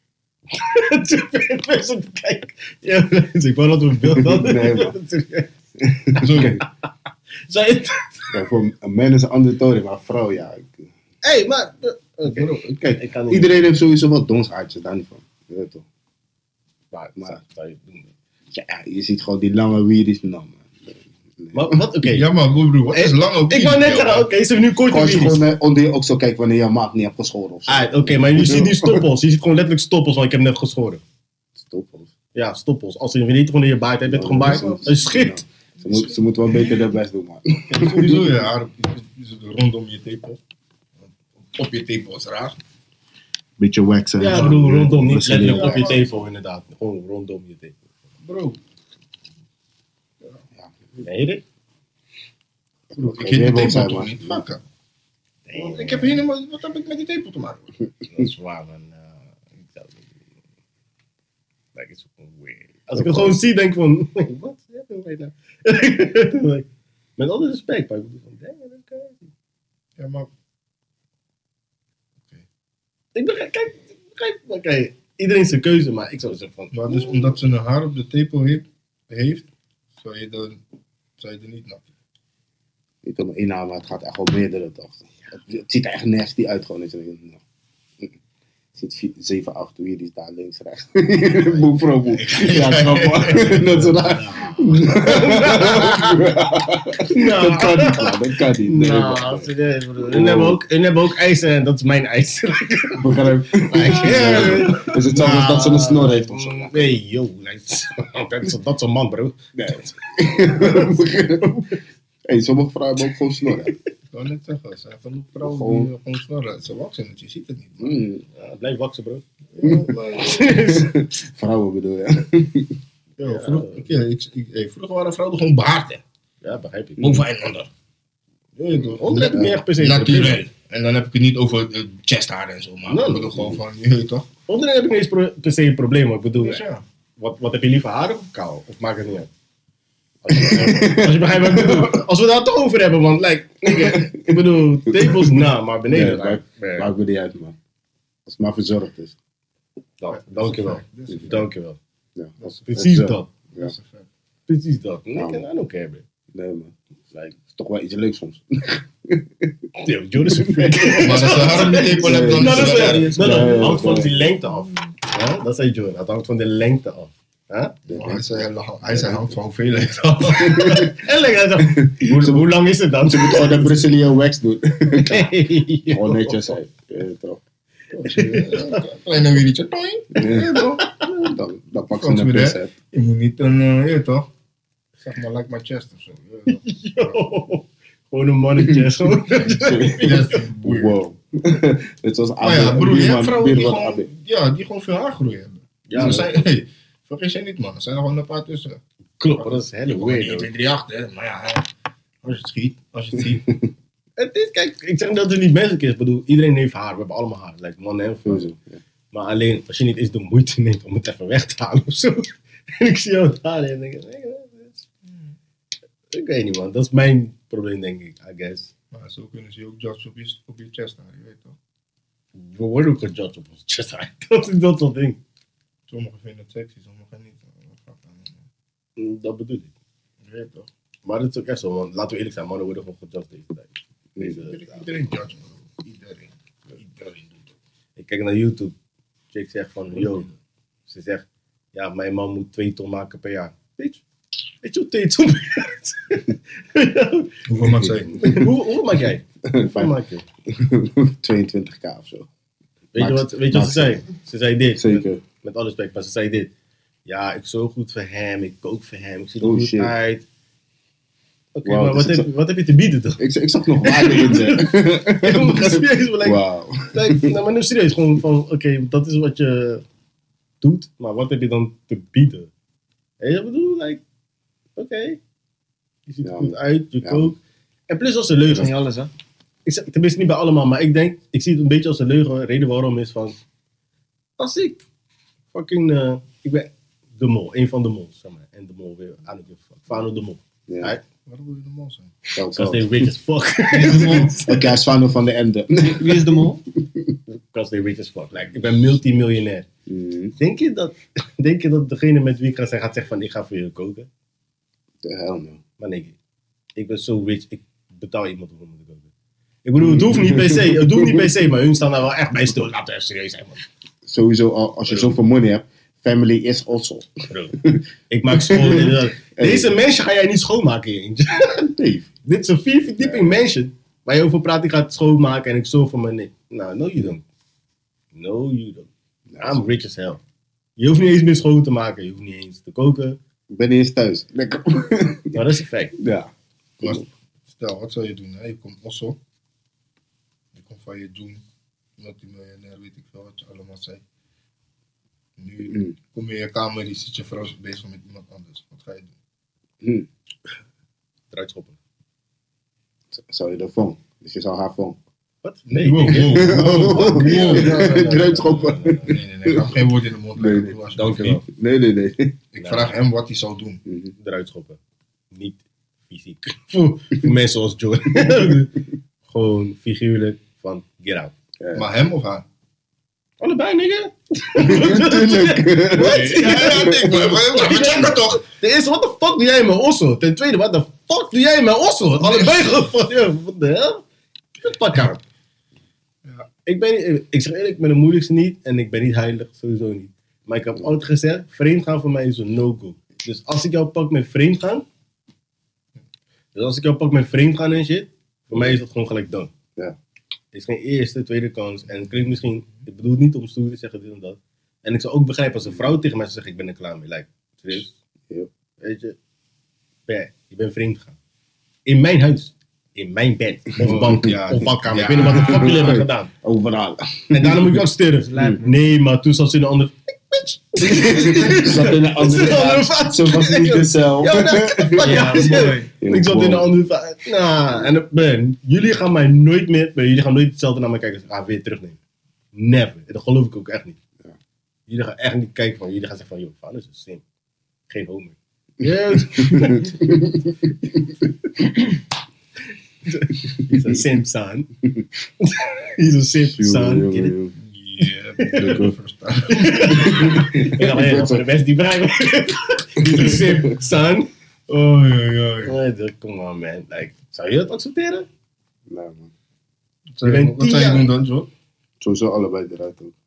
Mensen te kijken. Ja, mensen, ik wou dat we een beeld hadden. Nee, man. Sorry. Zou je het... Ja, voor een man is een andere toren, maar een vrouw, ja. ik- Hé, maar... Oké, Bro, Kijk, ik kan niet... iedereen heeft sowieso wat donshaartjes, daar niet van. Je weet toch? Maar, maar... Zou je het doen? Ja, je ziet gewoon die lange wieries. Nou, man. Nee. Maar wat? Oké. Ja, maar broer, wat is lang ook Ik wou net zeggen, oké, ze hebben nu korte Gewoon, video's. gewoon eh, onder je ook zo kijken wanneer je maat niet hebt geschoren of zo. Ah, oké, maar je ziet die stoppels. Je ziet gewoon letterlijk stoppels, want ik heb net geschoren. Stoppels. Ja, stoppels. Als je niet gewoon in je baard hebt, heb je het gewoon baard. Dat is schit. Ze, moet, ze moeten wel beter hun best doen, man. Ja, sowieso, ja, haar op- is het rondom je tepel. Op je tepel is raar. Beetje waxen. Ja, ik bedoel rondom, niet Brazilië. letterlijk op je tepel inderdaad. Gewoon rondom je tepel. Bro, Nee, dit? bro Oké, ik hit weer de wel tepel zijn, toch man. niet? Fuck. Want Ik heb helemaal, wat heb ik met die tepel te maken? Dat is waar, man. Uh, ik zou het niet doen. Like, it's fucking weird. Als ik het gewoon zie, denk ik van, wait, wat? Right now? Like, met alle respect, maar ik bedoel van, dang, dat is crazy. Ja, maar Ik begrijp, kijk, ik begrijp, oké, iedereen zijn keuze, maar ik zou zeggen van, Maar dus omdat ze een haar op de tepel heeft, heeft zou, je dan, zou je er niet nappen. Niet om één naam, maar het gaat echt wel meerdere toch. Het, het ziet er echt nasty uit gewoon. Als je denkt, nou, mm. Je ziet vier- zeven, acht wieries daar links, rechts. Boe, pro, boe. Ja, grappig. Dat is raar. Dat kan niet, man. Dat kan niet. Nee, nou, man. serieus, broer. Hun hebben ook, hun hebben ook eisen en dat is mijn eis. Begrijp. Ja. Is het zo als dat ze een snor heeft of zo? Mm, Nee, yo, like, dat is dat is een man, bro. Nee. Hey, sommige vrouwen hebben ook gewoon snor. hè. Ik wou net zeggen, er zijn genoeg vrouwen Gewoon- die gewoon snorren. Ze waksen het, je ziet het niet. Man. Mm. Ja, blijf waksen, bro. Vrouwen bedoel je? Ja, vroeg, ik, ja, ik, ik, hey, vroeger waren vrouwen gewoon behaard, hè. Ja, begrijp ik. Boven en onder. Ja, toch? Onder heb ik niet echt per se. Naturel. En dan heb ik het niet over uh, chesthaar en zo, maar Nee, ik bedoel gewoon van, je weet toch? Onder heb ik niet eens pro- per se een probleem, maar ik bedoel, Dus ja. wat, wat heb je liever, haar of kaal? Of maakt het niet uit? Als je, als je begrijpt wat ik bedoel. Als we daar toch over hebben, want like, nigga, ik bedoel, tepels na, maar beneden. Nee, like, maakt maakt me niet uit, man. Als het maar verzorgd is. Dan, dankjewel. Dat is een fact. Dankjewel. Ja, dat is Precies zo. dat. Ja. Dat is een fact. Precies dat. Ja, Nigga, I don't care, bro. Nee, man. Het is toch wel iets leuks soms. Yo, Joe is een freak. Maar als ze haar op de tepel hebt, dan Nou, is dat het is wel nou, erg. nou, Ja, het ja, hangt van ja. die lengte af. Ja, dat zei Joe. Het hangt van de lengte af. Huh? Maar Hij zei, hij zei hangt van hoeveelheid. En like, hij zegt, hoe, hoe lang is het dan? Ze moet gewoon de Brazilian wax doen. Hey, Gewoon netjes zijn. Ja, toch. Kleine wiertje, toing. Ja, toch. Dan, dan pak ze Frans een weer, pis hè? uit. Je moet niet een, uh, je weet toch? Zeg maar, like my chest of zo. Je weet toch? Yo, gewoon een mannetje. Zo. Yes, boeien. Wow. Net zoals Maar ja, Abe, broer, je hebt buurman, vrouwen die buurman Abe. gewoon, ja, die gewoon veel haargroei hebben. Ja, Ja, dat- zijn, hey, vergis je niet, man. Er zijn er gewoon een paar tussen. Klopt, maar dat is hele één, weird. twee, drie, acht, hè. Maar ja, hè, als je het schiet, als je het ziet. Het is, kijk, ik zeg niet dat het niet menselijk is. Ik bedoel, iedereen heeft haar. We hebben allemaal haar. Like man en vrouw. Sowieso, ja. Maar alleen, als je niet eens de moeite neemt om het even weg te halen of zo. En ik zie jou het haar en denk ik, nee, dat is- ik weet niet man. Dat is mijn probleem denk ik, I guess. Maar zo kunnen ze je ook judgen op je, op je chest haar, je weet toch? We worden ook gejudged op ons chest haar. Dat is dat soort ding. Sommigen vinden het sexy, sommigen niet. Wat gaat dan? Mm, Dat bedoel ik. Je weet toch? Maar dat is ook echt zo, want laten we eerlijk zijn, mannen worden gewoon gejudged deze tijd. Deze, Iedereen, iedereen judge, man. Iedereen. Iedereen doet het. ik kijk naar YouTube. Chick zegt van, yo, ze zegt, ja, mijn man moet twee ton maken per jaar. Bitch, weet je hoe twee ton per jaar? Hoeveel mag zijn? Hoeveel hoeveel maak jij? Hoeveel maak je? tweeëntwintig k of zo. Weet je wat, weet je wat ze zei? Ze zei dit, Zeker. met, met alle respect, maar ze zei dit. Ja, ik zorg goed voor hem, ik kook voor hem, ik zie er Oh, goed shit. uit. Oké, Wow, maar dus wat ik heb, wat heb je te bieden toch? Ik, ik zag nog waarde in ze. Ik ga serieus, maar like, Wauw. like, nou, maar nu serieus, gewoon van, oké, dat is wat je doet, maar wat heb je dan te bieden? Weet je wat ik bedoel? Like, oké, je ziet er Ja. goed uit, je Ja. kookt. En plus als een Dat is leugen. niet alles, hè? Ik zeg, tenminste niet bij allemaal, maar ik denk, ik zie het een beetje als een leugen. Reden waarom is van, als ik fucking, eh, ik ben de mol, een van de mols, zeg maar. En de mol weer aan het fuck. Fano de mol. Ja. Right? Waarom wil je de mol zijn? Zo, Because zo. they rich as fuck. Oké, hij is Fano van de Ende. Wie is de mol? Because they rich as fuck. Like, ik ben multimiljonair. Mm, Denk je dat, denk je dat degene met wie ik ga zijn gaat zeggen van ik ga voor je koken? the hell no. Maar nee, ik ben zo rich, ik betaal iemand om me te koken. Ik bedoel, het hoeft niet per se, het hoeft niet per se, maar hun staan daar wel echt bij stil. Laten we even serieus zijn, man. Sowieso, al- als je zoveel money hebt, family is also. Bro, ik maak schoon. inderdaad. Deze mansion ga jij niet schoonmaken in je eentje. Nee. Dit is een vier verdieping mansion. Waar je over praat, ik ga het schoonmaken en ik zorg voor mijn nek. Nou, no you don't. No you don't. I'm rich as hell. Je hoeft niet eens meer schoon te maken, je hoeft niet eens te koken. Ik ben niet eens thuis. Lekker. Nou, dat is een feit. Ja. Maar stel, wat zou je doen? Hè? Je komt Osso. Je komt van je doen. Multimiljonair, weet ik veel wat je allemaal zei. Nu Mm. kom je in je kamer, je ziet je vrouw bezig met iemand anders. Wat ga je doen? Hm. Eruit schoppen. Z- Zou je de phone? Dus je zou haar phone. Wat? Nee. Wow, nee, nee. wow, wow, wow. Eruit schoppen. Nee, nee, nee. Ik ga hem geen woord in de mond Nee, leggen. nee. broer, alsjeblieft. Dankjewel. Nee, nee, nee. Ik vraag hem wat hij zou doen. Mhm. Eruit schoppen. Niet fysiek. voor, voor mensen zoals Joe. Gewoon figuurlijk van get out. Ja. Maar hem of haar? Allebei, nigga. Natuurlijk. Wat? Ja, ja, ik ben we checken toch? Ten eerste, what the fuck doe jij in mijn osso? Ten tweede, what the fuck doe jij in mijn osso? Allebei gewoon van, yo, what the hell? Get the fuck out. Ja. Ik ben niet, ik zeg eerlijk, ik ben de moeilijkste niet en ik ben niet heilig, sowieso niet. Maar ik heb altijd gezegd, vreemd gaan voor mij is een no-go. Dus als ik jou pak met vreemd gaan, dus als ik jou pak met vreemd gaan en shit, voor mij is dat gewoon gelijk done. Ja. Het is geen eerste, tweede kans. En het klinkt misschien, ik bedoel het niet om stoer te zeggen dit en dat. En ik zou ook begrijpen als een vrouw tegen mij zou zeggen, ik ben er klaar mee. Like, serieus. Ja. Weet je, ben, je bent vreemd gegaan. In mijn huis. In mijn bed. Of bank. Ja, of badkamer. ja. Ik weet niet wat de fuck jullie hebben gedaan. Overal. En daarna moet ik accepteren. Nee, maar toen zat ze in een andere... Bitch. Zat in een andere vaat. Zo was het niet dezelfde. Ja, nou, fuck Ja, ja, mooi. Ik zat in een andere vaat. Nah, en het- man, jullie gaan mij nooit meer... man, jullie gaan nooit hetzelfde naar mij kijken als ik ah, weer terugnemen. Never. En dat geloof ik ook echt niet. Ja. Jullie gaan echt niet kijken van... Jullie gaan zeggen van... Joh, vader is een sim. Geen homer. Ja. He's a simp, son. He's a simp, son. Get it? Ja, ik verstaan. Ik dacht, hey, dat voor de mensen die begrijpen. He's a simp, son. Oh, ja, ja, ja. Come on, man. Like, zou je dat accepteren? Nee, man. Wat zou Je je, bent wat zou je tien doen dan, Joe? Sowieso allebei eruit ook.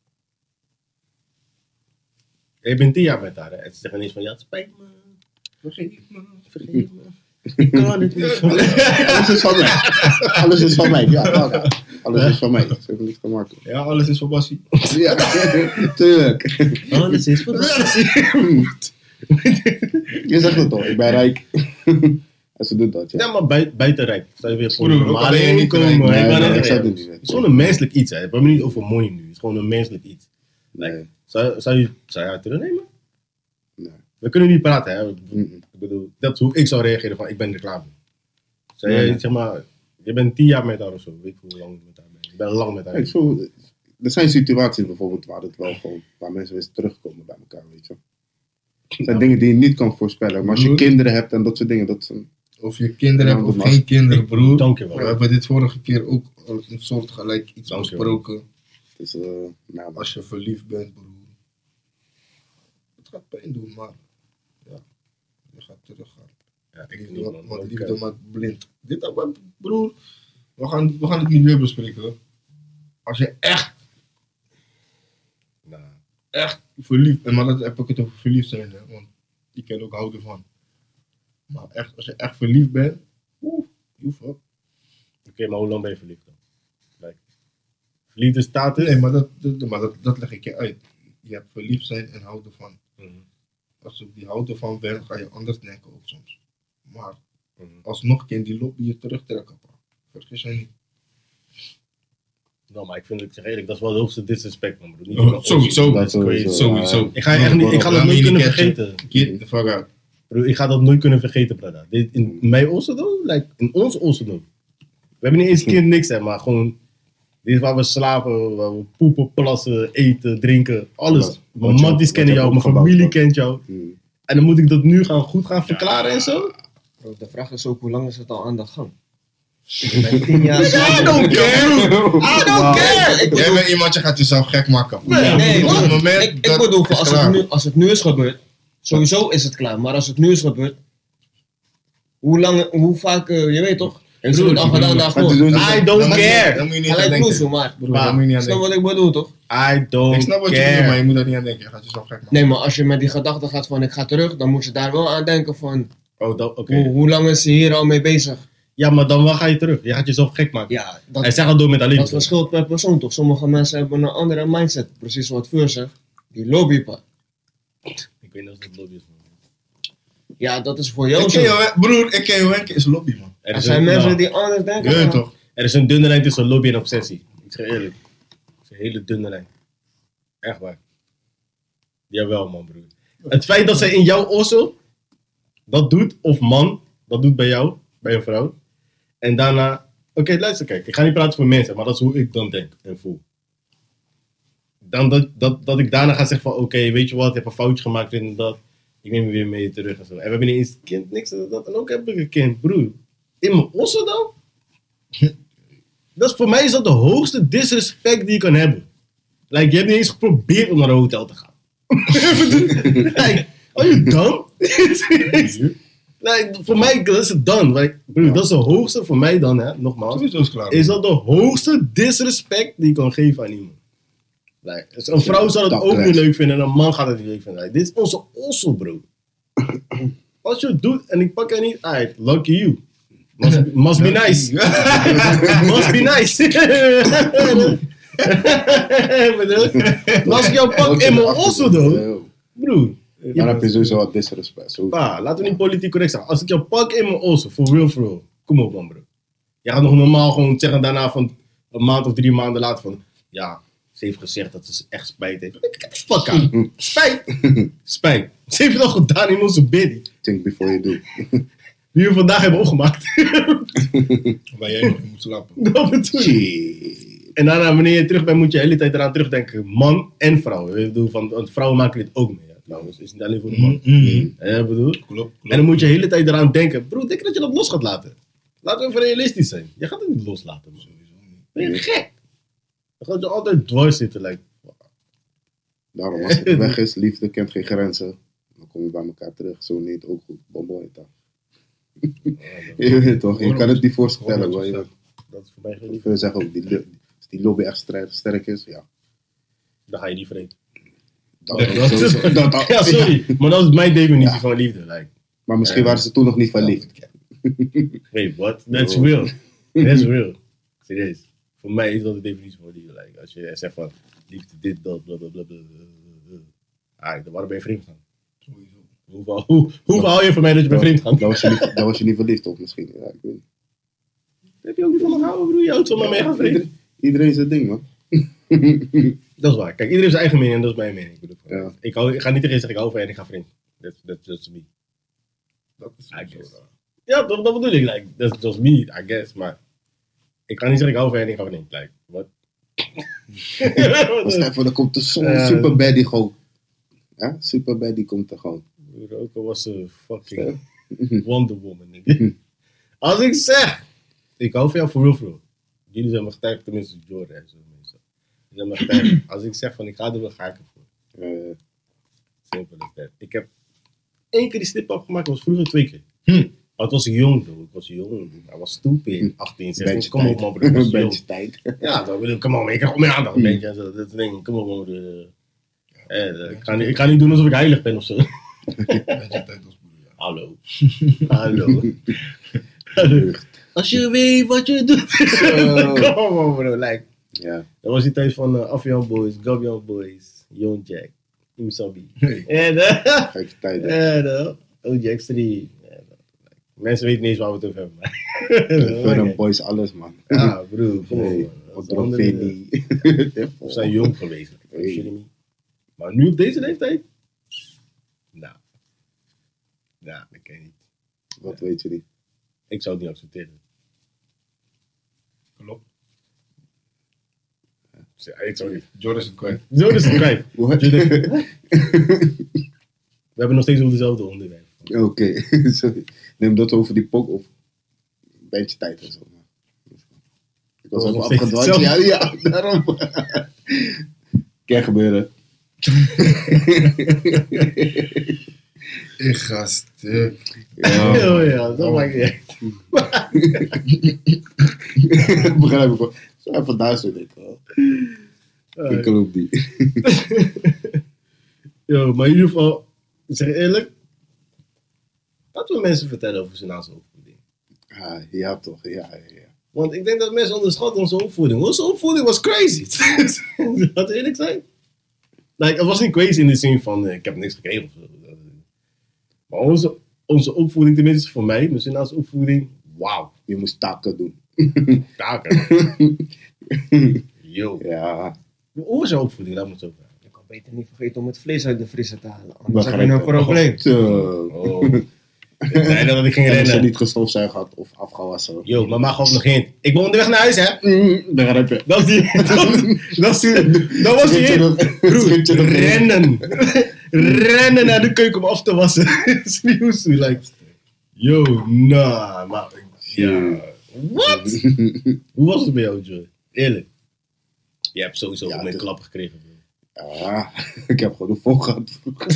Je bent tien jaar met haar, hè? En ze zeggen ineens van, ja, het spijt me. Vergeet me. Vergeet me. Ik kan het niet. Alles is van mij. Alles is van mij. Ja, ja. Alles is van mij. Ze hebben niet gemaakt. Ja, alles is voor Bassie. Ja, tuurlijk. Alles is voor Je zegt het toch, ik ben rijk. En ze doet dat, ja. Ja, maar bij, buiten rijk. Zou je weer gewoon Broer, ook normaal al ben je niet inkomen. rijk. Ik Nee, wou net nee, ik zeggen, zou ja. het niet Het is gewoon een menselijk iets, hè. We hebben het niet over money nu. Het is gewoon een menselijk iets. Nee. Zou, zou je zou je haar terugnemen? Nee. We kunnen niet praten, hè. Mm-mm. Ik bedoel, dat is hoe ik zou reageren van, ik ben er klaar mee. Zou Nee, jij, nee. zeg maar, je bent tien jaar met haar of zo. Weet ik hoe lang je met haar bent. Ik ben lang met haar. Kijk, zo, er zijn situaties bijvoorbeeld waar het wel gewoon, waar mensen weer terugkomen bij elkaar, weet je. Het zijn dingen die je niet kan voorspellen. Maar als je Broer. kinderen hebt en dat soort dingen, dat zijn... Of je kinderen Ja, hebt of maar- geen kinderen, broer. Dank je wel. We hebben dit vorige keer ook al een soort gelijk iets Dank je wel. besproken. Dus, uh, nou, Als je verliefd bent, broer. Het gaat pijn doen, maar ja, je gaat teruggaan. Ja, ik Liefde, niet, want, man. want Ook, liefde eh, maakt blind. Dit ook, broer. We gaan, we gaan het niet weer bespreken. Hoor. Als je echt, nou, echt verliefd bent, maar dat heb ik het over verliefd zijn, hè, want die kan ook houden van. Maar echt, als je echt verliefd bent, oeh, you fuck. Oké, maar hoe lang ben je verliefd dan? Like, verliefde status? Nee, maar, dat, dat, maar dat, dat leg ik je uit. Je hebt verliefd zijn en houden van. Mhm, Als je op die houden van bent, ga je anders denken ook soms. Maar mhm. alsnog kan die lobby je terugtrekken. Pa. Vergis je niet. Nou, maar ik vind, ik zeg eerlijk, dat is wel de hoogste disrespect, man. Bro. Niet Oh, iemand sowieso, ons- dat is sowieso. crazy. Sowieso. Ik ga, echt niet, ik ga dat Laat me nooit je kunnen niet catchen. vergeten. Get the fuck out. Bro, ik ga dat nooit kunnen vergeten, brada. Dit, in mijn Oslo, like, in ons Oslo. We hebben niet eens een keer niks, hè, maar gewoon... Dit is waar we slapen, waar we poepen, plassen, eten, drinken, alles. Wat- Mijn wat je- matties wat kennen je jou, hebt mijn opgebouwd, familie man. kent jou. mm, En dan moet ik dat nu gaan, goed gaan verklaren en zo? Bro, de vraag is ook, hoe lang is het al aan de gang? Ik ben tien jaar samen. I don't care! I don't care! Ik Jij bedoel, bent iemand, je gaat jezelf gek maken. nee, nee, op wat? het moment ik, ik dat bedoel, is als het, klaar. nu, als het nu is gebeurd, sowieso is het klaar. Maar als het nu is gebeurd, hoe lang, hoe vaak, uh, je weet toch? En ze het al gedaan daarvoor. Maar doen ze- I don't Dan moet je- care! Dan moet je niet gaan Gelijk denken. loezo, maar. Broer, daar moet je niet aan Snap denken. wat ik bedoel, toch? I don't Ik snap wat je bedoelt, maar care. je moet daar niet aan denken. Je gaat jezelf gek maken. Nee, maar als je met die gedachte gaat van ik ga terug, dan moet je daar wel aan denken van Oh, dat- oké. hoe, hoe lang is ze hier al mee bezig? Ja, maar dan waar ga je terug? Je gaat jezelf gek maken. Ja, dat, Hij zegt al door met alleen. dat verschilt per persoon toch? Sommige mensen hebben een andere mindset. Precies wat Vuur zegt. Die lobbypa. Ik weet niet of dat lobby is, man. Ja, dat is voor jou Ik zo. ken jou, hè, broer, ik ken jou, Henk is lobby, man. Er Er is, zijn een, mensen nou, die anders denken. Je weet maar- toch? er is een dunne lijn tussen lobby en obsessie. Ik zeg eerlijk. Het is een hele dunne lijn. Echt waar. Jawel, man, broer. Het feit dat zij in jouw ossel dat doet, of man, dat doet bij jou, bij een vrouw. En daarna, oké, luister, kijk, ik ga niet praten voor mensen, maar dat is hoe ik dan denk en voel. Dan dat, dat, dat ik daarna ga zeggen van, oké, weet je wat, ik heb een foutje gemaakt, dit en dat. Ik neem me weer mee terug en zo. En we hebben niet eens een kind, niks en dat. En ook heb ik een kind, broer. In mijn ossel dan? Dat is, voor mij is dat de hoogste disrespect die je kan hebben. Like, je hebt niet eens geprobeerd om naar een hotel te gaan. Like, are you dumb? Like, voor mij dat is het dan. Like, broer, dat is de hoogste voor mij dan, hè, nogmaals. Sowieso is klaar. Is dat de hoogste disrespect die je kan geven aan iemand. Like, dus een vrouw zal het dat ook niet klopt. leuk vinden en een man gaat het niet leuk vinden. Like, dit is onze ossel, bro. Als je het doet en ik pak er niet uit, lucky you. Must, must be nice. Must be nice. Maar als ik jou pak in mijn ossel, dan, broer. Dan heb je sowieso wat disrespect. Zo. Pa, laten we niet politiek correct zijn. Als ik jou pak in mijn ossel, for real, for real. Kom op, man, bro. Je gaat nog normaal gewoon zeggen daarna van een maand of drie maanden later van, ja, ze heeft gezegd dat ze echt spijt heeft. Ik heb fuck aan. Spijt. Spijt. Ze heeft het al gedaan in onze biddy. Think before you do. Die we vandaag hebben opgemaakt. Waar jij nog in moet slapen. Dat bedoel ik. Shit. En daarna, wanneer je terug bent, moet je de hele tijd eraan terugdenken. Man en vrouw. Ik bedoel, van, want vrouwen maken dit ook mee. Ja, trouwens. Het is niet alleen voor de man. Mm-hmm. Ja, ik bedoel. Klopt, klopt. En dan moet je de hele tijd eraan denken. Bro, denk je dat je dat los gaat laten? Laten we even realistisch zijn. Je gaat het niet loslaten, man. Ben je gek? Dan gaat je altijd dwars zitten. Like. Daarom, als het weg is, liefde kent geen grenzen. Dan kom je bij elkaar terug. Zo niet, ook goed. Bomboita. Je weet toch, je kan het niet voorstellen. Maar je, Dat is voor mij geen ik wil zeggen ook, die, lo- als die lobby echt sterk, sterk is, ja. Dan ga je niet vreemd. Dat, Ja, dat, dat, dat- dat- Ja, sorry. Maar dat is mijn definitie Ja. van liefde. Like. Maar misschien waren ze toen nog niet verliefd. Wait, what? That's Oh. real. That's real. Serieus. Voor mij is dat de definitie van liefde. Like, als je zegt van liefde dit, dat, bla bla bla bla. bla. Ah, dan waarom ben je vreemd gaan? Sowieso. Hoe, hoe, hoe hou je van mij dat je bent vreemd gaan? Dan was je niet, dan was je niet verliefd op misschien. Ja, ik weet niet. Heb je ook niet van me gehouden, broer? Je houdt van mij mee gaan vreemd. Iedereen, iedereen zijn ding, man. Dat is waar. Kijk, iedereen heeft zijn eigen mening en dat is mijn mening. Ik, bedoel, Ja. ik, hou, ik ga niet tegen je zeggen, ik hou van je en ik ga vreemd. That's, that's just me. Dat is I sowieso guess. raar. Ja, dat, dat bedoel ik. Like, that's just me, I guess. Maar ik ga niet zeggen, ik hou van je en ik ga vreemd. Like, wat? Maar stel voor, dan komt er zo'n Ja. super baddie gewoon. Ja, super baddie komt er gewoon. Broer, ook al was ze fucking Wonder Woman. nigga. Als ik zeg, ik hou van jou voor real, for real. Jullie zijn me getuigd, tenminste Jordan en zo. mensen. Jullie zijn me getuigd. Als ik zeg van ik ga er wel, ga ik ervoor. Eh, Simpel als dat. Ik heb één keer die stip afgemaakt, dat was vroeger twee keer. Hm. Maar het was jong, bro. Ik was jong. Hij was stupid. achttien, zestien. Beetje Kom op, tijd. man, bro. Ik was Een jong. beetje tijd. Ja, dan bedoel ik, kom op, man. Ik krijg ook meer aandacht. Een beetje en zo. Dat ding. Kom op, man. bro. Eh, eh, ik, ga niet, ik ga niet doen alsof ik heilig ben of zo. Beetje tijd als broer, ja. Hallo. Hallo. Hallo. Als je weet wat je doet. Kom op, bro. Like, Ja, dat was die tijd van uh, Afjan Boys, Gavian Boys, Young Jack, Imsabi. Hey. En uh, gekke tijd. hè. en uh, O J X drie. En, uh, mensen weten niet eens waar we het over hebben. Venom Maar, uh, Boys, alles, man. ja, broer, kom op. Hey, man. Dat is Odro andere- Veni. We zijn jong geweest. Hey. Hey. Maar nu op deze leeftijd? Nou. Nou, dat ken je niet. Wat weet je niet. Ik zou het niet accepteren. Klopt. Ja, ik zou niet. Jordan is het kwijt. Zo is het kwijt. What? We hebben nog steeds over dezelfde onderwerp. Oké, sorry. Neem dat over die pok op. Een beetje tijd en zo. Ik was Oh, even nog steeds afgedwaald. Ja, ja, daarom. Kan gebeuren. Ik ga stuk. Ja, Oh ja, dat maakt niet uit. begrijp ik wel. Zo even daar zo denk ik wel. Ik geloof die. Yo, maar in ieder geval, ik zeg je eerlijk. Laten we mensen vertellen over zijn naaste opvoeding. Ah, ja, toch. Ja, ja, ja. Want ik denk dat mensen onderschatten onze opvoeding. Onze opvoeding was crazy. Laten we eerlijk zijn. Like, het was niet crazy in de zin van, eh, ik heb niks gekregen of zo. Maar onze, onze opvoeding, tenminste voor mij, mijn naaste opvoeding, wauw. Je moest takken doen. Taken. Yo. Ja. Hoe was jouw opvoeding? Laat me het zo vragen. Je kan beter niet vergeten om het vlees uit de vriezer te halen. Anders heb je Begrijp een ik. probleem. Zo. Oh. Nee, dat ik ging En als je rennen. niet gestofzuigd had of afgewassen. Yo, mama gaf nog hint. Ik ben onderweg naar huis, hè? Mm, begrijp je. Dat was die. Dat was die. Dat was die Schiet je nog- hint. Broer, schiet je nog- rennen. Rennen naar de keuken om af te wassen. Seriously, like. Yo, nah, maar. Ja. Wat? Hoe was het bij jou, Joy? Eerlijk. Je hebt sowieso Ja, ja, mijn dus- klap gekregen, bro. Ja, ik heb genoeg vol gehad.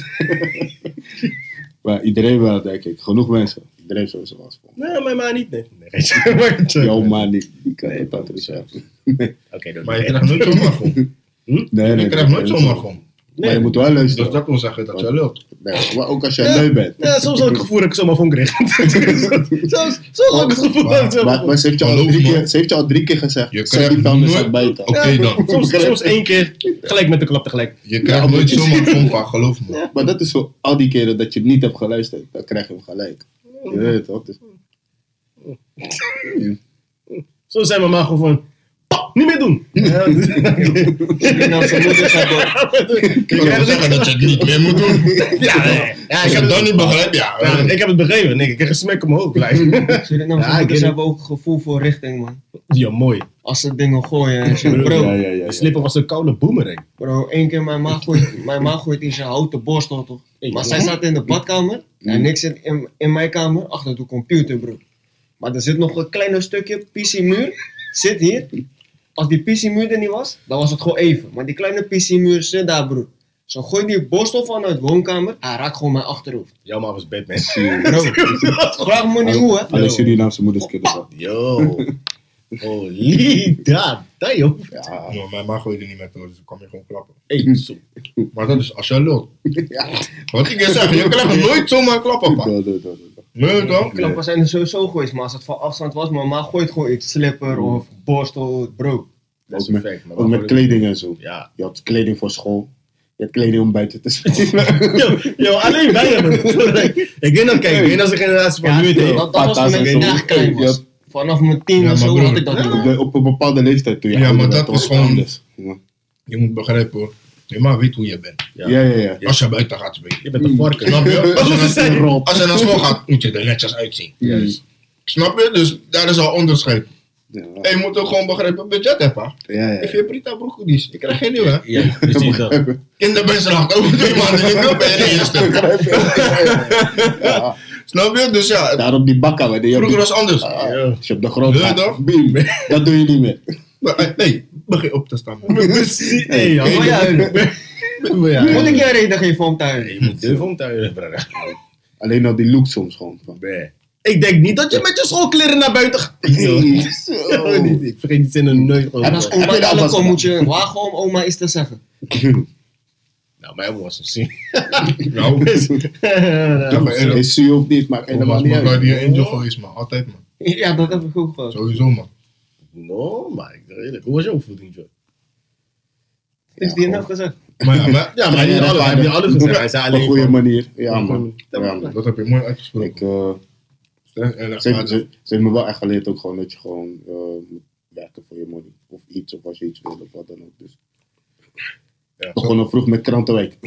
Maar iedereen wel, denk ik. Genoeg mensen. Iedereen sowieso was vol. Nee, mijn ma niet, nee. Nee, maar- Jouw ma niet. Die kan Nee, het man, altijd zelf. zeggen. Oké, dat Maar je krijgt nooit zomaar van. Nee, nee. Je krijgt nooit nee, zomaar van. Maar je moet wel Dus luisteren. dat wil zeggen dat je lult. Nee, maar ook als je lui bent. Ja, soms had ik het gevoel dat ik zomaar van kreeg. soms, soms had ik het gevoel dat ik zomaar Maar, van maar ze, heeft je al Geloof drie me. keer, ze heeft je al drie keer gezegd. Je Zet krijgt die vuilnis nooit- uit buiten. Oké Ja, dan. Soms, soms één keer, gelijk met de klap tegelijk. Je krijgt nooit zomaar van van, geloof me. Maar dat is zo, al die keren dat je niet hebt geluisterd, dan krijg je hem gelijk. Je weet wat. Dus, Zo zijn we maar gewoon van, "Pap, niet meer doen." Ja, Surinaamse moeders hebben... Ik wil zeggen dat je het niet meer moet doen. ja, nee. Ja, Als je het dan niet begrijpt, ja. Ja, ik heb het begrepen. Nee, ik kreeg een smek omhoog blijven. Surinaamse Ja, ik moeders ken het. hebben ook gevoel voor richting, man. Ja, mooi. Als ze dingen gooien en shit. ja, Bro, ja, ja. De slipper was een koude boomerang. bro, één keer mijn ma gooit, mijn ma gooit in zijn houten borstel, toch? Maar zij staat in de badkamer en ik zit in, in mijn kamer achter de computer, bro. Maar er zit nog een klein stukje P C-muur, zit hier. Als die P C-muur er niet was, dan was het gewoon even. Maar die kleine P C-muur zit daar, bro. Zo gooit die borstel vanuit de woonkamer, hij raakt gewoon mijn achterhoofd. Jouw ma was Batman. Bro, vraag me niet hoe, hè. Alle Surinaamse moeders kunnen dat. Yo. Holy da, da joh. Ja. Ja, mijn ma gooide niet met door, dus dan kan je gewoon klappen. Hey, zo. Maar dat is als je lult. Ja. Wat ik je zeg, je krijgt nooit zomaar klappen, pa. Doe, doe, doe, doe. Nee, toch? Klappen zijn er sowieso geweest, maar als het van afstand was, mijn ma gooit gewoon iets, slipper of borstel, bro. Dat is Ook met- perfect. maar Ook met wel- kleding en zo. Ja. Je had kleding voor school. Je had kleding om buiten te spelen. Yo, yo, alleen wij hebben het. Ik denk dat, kijk, ik denk dat de generatie van nu het heeft. dat, dat was toen ik Patas en echt zo. klein was. Ja. Vanaf mijn tien Ja, of maar zo broer, had ik dat niet Op, meer. de- op een bepaalde leeftijd toen je Ja, ouder maar werd, dat was was gewoon- anders. Ja, Je moet begrijpen hoor. Je ma weet hoe je bent. Ja. ja, ja. ja. Als je buiten gaat spelen. Je bent een varken. Snap je? Als je, Wat is naar, dat? Rob. als je naar school gaat, moet je er netjes uitzien. Juist. Snap je? Dus daar is al onderscheid. Ja, En je moet ook gewoon begrijpen, budget hebben. ja, ja. If je Prita broekhoedies, je krijgt geen nieuwe. Ja, precies dat. Kinderbijslag, over twee maanden niet meer ben je de eerste. Ja. Snap je? Dus ja, Daarom die bakka. Wanneer je op vroeger die- was anders. Ah, als je op de grond Ja, gaat, toch? bim, dat doe je niet meer. Maar, eh, nee, begin op te staan. Precies. Hey, ja. Wil je huilen? Ja. Moet ik jij reden geven om te huilen? Je moet durven om te huilen, brother. Alleen al die look soms gewoon. Van. Nee. Ik denk niet dat je met je schoolkleren naar buiten gaat. Hey, Oh, zo. niet. Ik vergeet die zinnen nooit gewoon. En als Heb oma je dat dadelijk vast komt, moet gedaan? je wagen om oma iets te zeggen. Nou, mijn was een zin. Nou, Hey, zie je of niet, maakt helemaal was niet mijn uit. guardian angel geweest, man. Altijd, man. Ja, dat heb ik ook gehad. Sowieso, man. No, maar ik zeg eerlijk. Hoe was jouw opvoeding, Joe? Heeft die net gezegd? Maar ja, maar, Ja, maar hij heeft niet alle- hij heeft niet alles gezegd. Hij zei Op een alleen goede van- manier. Ja, man. Ja, Ja, man. dat heb je mooi uitgesproken. Ik, eh, En, en, ze, heeft- ze, ze heeft me wel echt geleerd ook gewoon dat je gewoon eh, moet werken voor je money. Of iets, of als je iets wil, of wat dan ook. Dus. Ja, Ik begon al vroeg met krantenwijk.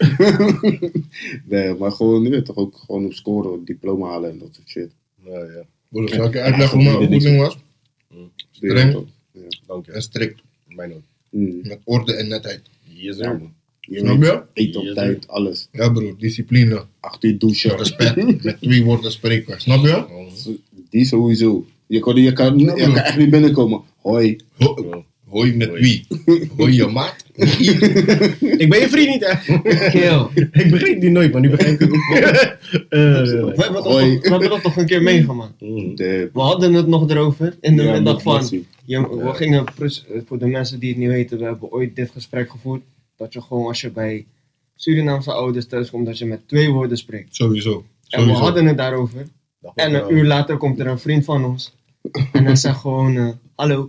Nee, maar gewoon, je weet toch ook gewoon op scoren, diploma halen en dat soort shit. Ja, ja. Broer, zal ik je uitleggen hoe mijn opvoeding was? Streng. Streng Ja. Dank je. en strikt. Mijn ook. Mm. Met orde en netheid. Yes, Ja, sir. man. Je Snap weet, je? eet op Ja, tijd, alles. Ja bro, discipline, Acht uur douchen. respect, met twee woorden spreken. Snap je? Die sowieso. Je kan, je kan, je kan echt niet binnenkomen. Hoi. Ho- Hoi met Hoi. wie? Hoi je maat? Ik ben je vriend niet, hè? Kill. Ik begreep die nooit, maar nu begrijp ik het. Eh, We hebben, dat Hoi. toch, we hebben dat toch een keer meegemaakt. mm. De, We hadden het nog erover in de ja, middag met van. Bassie. Je, we gingen, pres- voor de mensen die het niet weten, we hebben ooit dit gesprek gevoerd. Dat je gewoon als je bij Surinaamse ouders thuis komt, dat je met twee woorden spreekt. Sowieso. En we Sowieso. hadden het daarover. Dag, En mevrouw. een uur later komt er een vriend van ons. En hij zegt gewoon, eh, hallo.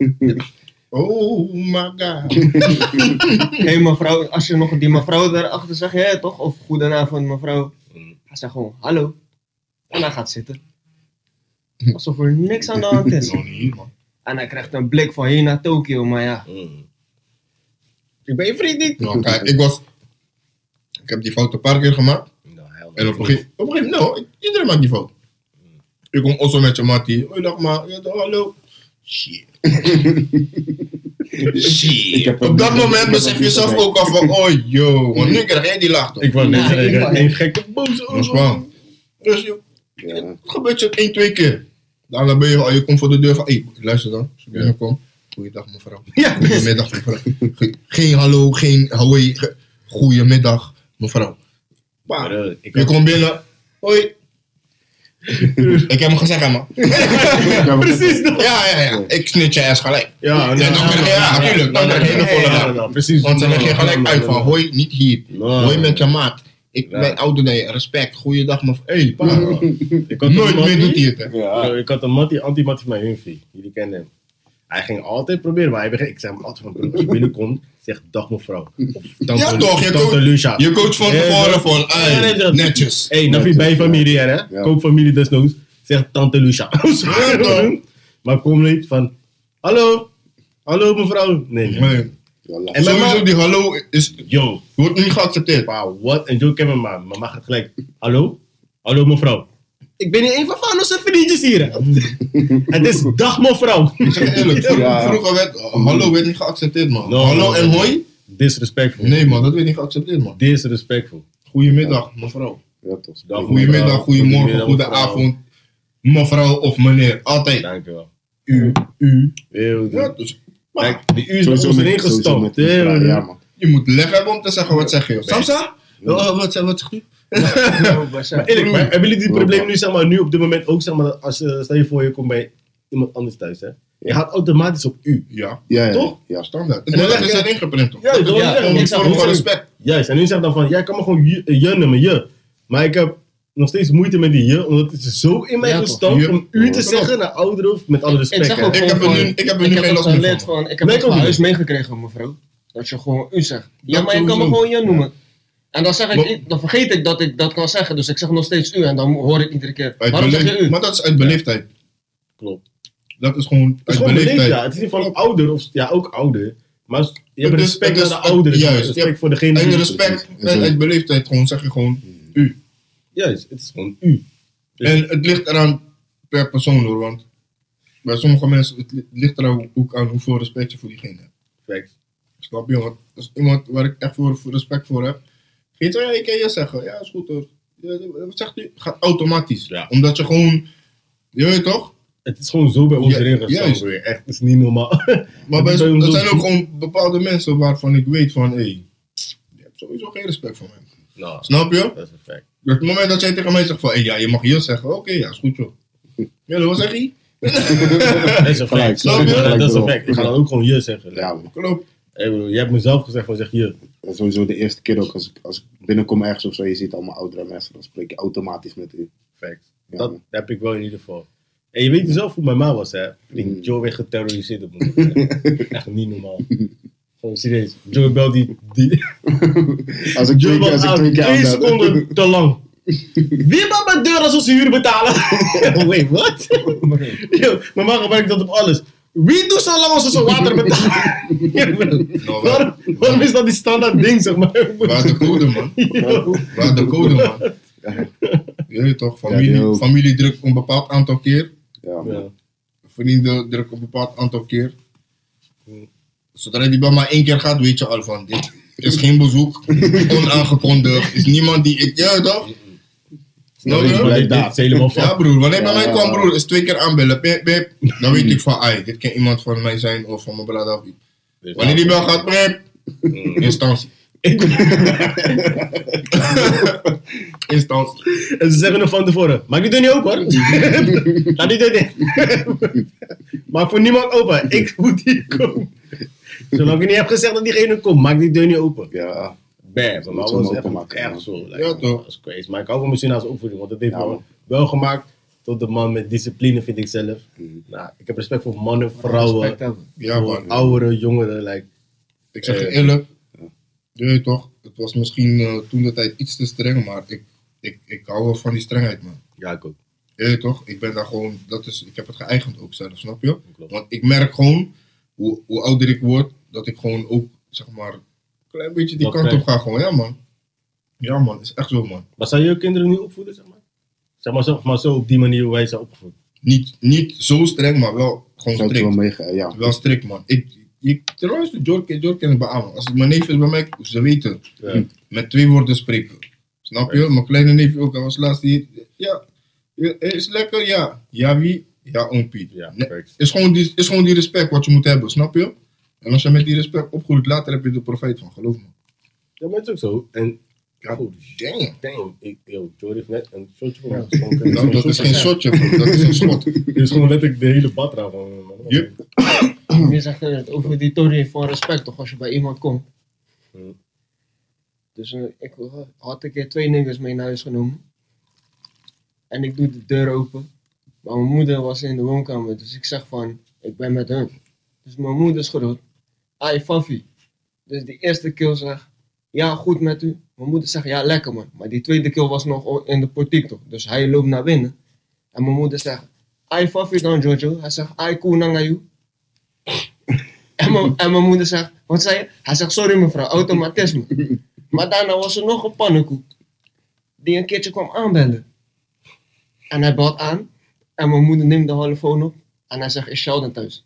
Oh my god. Hé hey, mevrouw, als je nog die mevrouw daarachter zegt, ja toch? Of goedenavond mevrouw. Hij zegt gewoon, hallo. En hij gaat zitten. Alsof er niks aan de hand is. Nog niet hier man. En hij krijgt een blik van hier naar Tokio, maar ja. Mm. Ik ben je vriend niet. Nou kijk, ik was... Ik heb die fout een paar keer gemaakt. Nou, hel, En op een gegeven op een gegeven moment, nou, iedereen maakt die fout. Ik kom also met je mattie. Hoi dag maar. Ja, dag, hallo. Shit. Ik Shit. heb Op een- dat ik moment heb besef een- je zelf ook al van, oh yo. Want nu krijg jij die lach toch? Ik wou net Ja, zeggen, ik ik wou- een gekke boze Dat is waar. Dus je, Ja. het gebeurt je één, twee keer. Daarna ben je al, je komt voor de deur van, hé, hey, luister dan. Als je binnenkomt. Goeiedag mevrouw. Ja. Goedemiddag mevrouw. Ge- Geen hallo, geen hoi. ge- Goedemiddag mevrouw. Maar, Maar, eh, ik je had- komt binnen. Hoi. Ik heb hem gezegd, man. Ja, Precies dat. Ja, ja, ja. Ik snit je ass gelijk. Ja, Ja, dan krijg je- ja, natuurlijk. Dan krijg je de volle ja, naam. nou, precies. Want dan leg je gelijk Nou, uit van, nou, hoi, niet hier. nou. Hoi met je maat. Ik Ja. ben ouder dan je. Respect. Goeiedag mevrouw. Hé, hey, pa. Ik had een Nooit meer mattie- doet hij het, hè. Ja. Ik had een mattie, anti-mattie van mijn Humphrey. Jullie kennen hem. Hij ging altijd proberen, maar hij begint, ik zeg hem altijd van, bro, als je binnenkomt, zeg dag mevrouw. Of tante, Ja, toch, je tante coach- Lucia. Je coach van Ja, tevoren dat- van, Ja, nee, ai, dat- netjes. Hé, hey, Nafi Netjes, bij je familie, hè? Ja. Koopfamilie desnoods. Zeg tante Lucia. Ja, toch. Maar kom niet van, hallo, hallo mevrouw. Nee, nee. Nee. Ja, laat. En mijn Sowieso, ma- die hallo is, Yo, wordt niet geaccepteerd. wauw, wat? En Joe ken me maar. Mama gaat gelijk, hallo, hallo mevrouw. Ik ben niet een van Vanos' vriendjes hier. Hè? Het is dag mevrouw. Ik zeg je eerlijk, vro- Ja. vroeger werd hallo werd niet geaccepteerd, man. No, hallo no, en no. hoi? Disrespectful. Nee, man, dat werd niet geaccepteerd, man. Disrespectful. Goedemiddag, mevrouw. Ja, toch. Dag, Goedemiddag, mevrouw. goedemorgen, Goedemiddag, goedenavond. Mevrouw of meneer, altijd. Dankjewel. U, u. Heel Ja, goed. dus, maar Kijk, die u is bij Sowieso ons met- erin sowieso gestampt. met die vraag, Heel Ja, goed. man. je moet lef hebben om te zeggen, wat zeg je? Samsa? Oh, wat, wat zegt u? Maar eerlijk, maar hebben jullie die probleem nu, zeg maar, nu op dit moment ook, zeg maar, als uh, stel je voor je komt bij iemand anders thuis, hè? Je gaat automatisch op u. Ja, Ja, ja. Toch? Ja. standaard. En dan Dat leg is je- erin geprint, toch? Ja, dat wil ik Ja, zeggen. Een ik zag vorm ook van zo- respect. Juist, en nu zegt dan van, jij kan me gewoon je, je noemen, je. Maar ik heb nog steeds moeite met die je, omdat het is zo in mij Ja, toch. gestampt Je- om u te Klopt. zeggen naar ouderen, of met alle Ik respect. zeg hè. ook Ik heb er gewoon nu- van- ik heb er nu geen het last meer geleerd van. van. Ik heb Nee, het ik ook van niet. huis meegekregen, mevrouw. Dat je gewoon u zegt. Ja, Dat maar je kan me sowieso. gewoon je noemen. En dan, zeg ik, Maar- ik- dan vergeet ik dat ik dat kan zeggen. Dus ik zeg nog steeds u. En dan hoor ik iedere keer. Uit Waarom zeg beleef- je u? Maar dat is uit beleefdheid. Klopt. Dat is gewoon Het is uit gewoon beleefd, beleefdheid. ja. Het is niet van ouder, of ja, ook ouder. Maar als- je hebt Het is- respect het naar is- de ouderen, juist, respect ja. voor degene Uit die... respect Precies. en uit beleefdheid gewoon zeg je gewoon u. Juist, het is gewoon u. Dus- En het ligt eraan per persoon hoor, want bij sommige mensen het li- ligt er ook aan hoeveel respect je voor diegene hebt. Facts. Snap je? Want als iemand waar ik echt voor, voor respect voor heb, geeft ja, ik kan je zeggen, ja is goed hoor. Ja, wat zegt u? Gaat automatisch. Ja. Omdat je gewoon, je weet toch? Het is gewoon zo bij ons Ja, erin gestaan, juist. broer. Echt, het is niet normaal. Maar bij, bij ons er ook zijn ook niet. gewoon bepaalde mensen waarvan ik weet van, hé, hey, je hebt sowieso geen respect voor mij. Nou, Snap je? dat is een fact. Dus op het moment dat jij tegen mij zegt van, hey, ja, je mag hier zeggen, oké, ja, is goed joh. Ja, wat zeg je? Dat is een Gelijk, fact. snap je? Dat is een Gelijk fact. Ik ga dan ook gewoon je zeggen. Ja, man. Klopt. Hey, broer, je hebt mezelf gezegd van zeg je. Dat is sowieso de eerste keer ook als ik, als ik binnenkom ergens of zo, je ziet allemaal oudere mensen, dan spreek je automatisch met u. Facts. Ja, Dat man. heb ik wel in ieder geval. En je weet zelf hoe mijn ma was, hè? Die Mm. Joe werd geterroriseerd op me. Echt niet normaal. Gewoon serieus. Joe bel die. die Als ik Joe twee keer, als ik was twee keer twee aanbel. seconden te lang. Wie maakt mijn deur als we huur betalen? Wait, what? Yo, mijn ma gebruikt dat op alles. Wie doet zo lang als ze zo water betalen? Ja, bro. Nou, waarom, waarom is dat die standaard ding, zeg maar? waar de code, man? Yo. Waar de code, man? Je weet toch, familie, Ja, die ook. familie drukt een bepaald aantal keer. Ja, man. Ja. Vrienden drukken een bepaald aantal keer. Zodra die bij maar één keer gaat, weet je al van, dit, is geen bezoek, onaangekondigd, is niemand die ik, ja toch? Snap Nou, je? dit- dit is helemaal Ja fout. broer, wanneer bij Ja. mij kwam broer, is twee keer aanbellen, pip, pip, dan weet ik van, ai, dit kan iemand van mij zijn of van mijn brada of iets. Dus Wanneer die bel gaat, pip, instantie. Instantie. En ze zeggen nog van tevoren, maak die deur niet open hoor. Laat die deur dicht. Maak voor niemand open, ik moet hier komen. Zolang ik niet heb gezegd dat diegene komt, maak die deur niet open. Ja, Bam, Moet dat ze was hem echt, openmaken, echt man. zo. like, Ja, toch? Dat is crazy. Maar ik hou van mijn Surinaamse opvoeding, want dat heeft Ja, me man. wel gemaakt tot de man met discipline, vind ik zelf. Mhm. Nou, ik heb respect voor mannen, vrouwen, Respect hebben. Ja voor man, ouderen, jongeren. Like, ik zeg je Eh, eerlijk, je weet toch, het was misschien uh, toen de tijd iets te streng, maar ik, ik, ik hou wel van die strengheid man. ja, ik ook. Je weet toch, ik ben daar gewoon, dat is, ik heb het geëigend ook zelf, snap je? Klopt. Want ik merk gewoon, hoe, hoe ouder ik word, dat ik gewoon ook, zeg maar, een klein beetje die Dat kant krijg- op ga gewoon. Ja man, ja man, is echt zo man. Maar zou je je kinderen nu opvoeden, zeg maar? Zeg maar zo, maar zo op die manier hoe wij zijn opgevoed. Niet, niet zo streng, maar wel gewoon zou het wel strikt. meegaan, ja. Wel strikt man. Ik, ik, luister, Jorken, Jorken is beamen. Als het mijn neef is bij mij, ze weten. Ja. Met twee woorden spreken. Snap je? Mijn kleine neef ook, hij was laatst hier. Ja, ja, is lekker, ja. Ja wie? Ja, oompie. Ja, Nee, correct. is, gewoon die, is gewoon die respect wat je moet hebben, snap je? En als je met die respect opgroeit, later heb je de profijt van, geloof me. Ja, maar het is ook zo. En, Ja, oh, damn. damn. Ik, yo, Jordy heeft net een shotje voor mij geschonken. Nou, dat is geen shotje, bro. Dat is een schot. Dit is gewoon letterlijk de hele batra van. Yep. Je zegt het over die toren van respect toch als je bij iemand komt. Hmm. Dus eh, ik had een keer twee niggas mee naar huis genomen. En ik doe de deur open. Maar mijn moeder was in de woonkamer, dus ik zeg van, ik ben met hun. Dus mijn moeder schreeuwt, ai Fafi. Dus die eerste kill zegt, ja goed met u. Mijn moeder zegt, ja lekker man. Maar die tweede kill was nog in de portiek toch. Dus hij loopt naar binnen. En mijn moeder zegt, ai Fafi dan Jojo. Hij zegt, ai koe nangayu. En mijn, en mijn moeder zegt, wat zei je? Hij zegt, sorry mevrouw, automatisme. Maar daarna was er nog een pannenkoek. Die een keertje kwam aanbellen. En hij belt aan. En mijn moeder neemt de telefoon op. En hij zegt, is Sheldon thuis?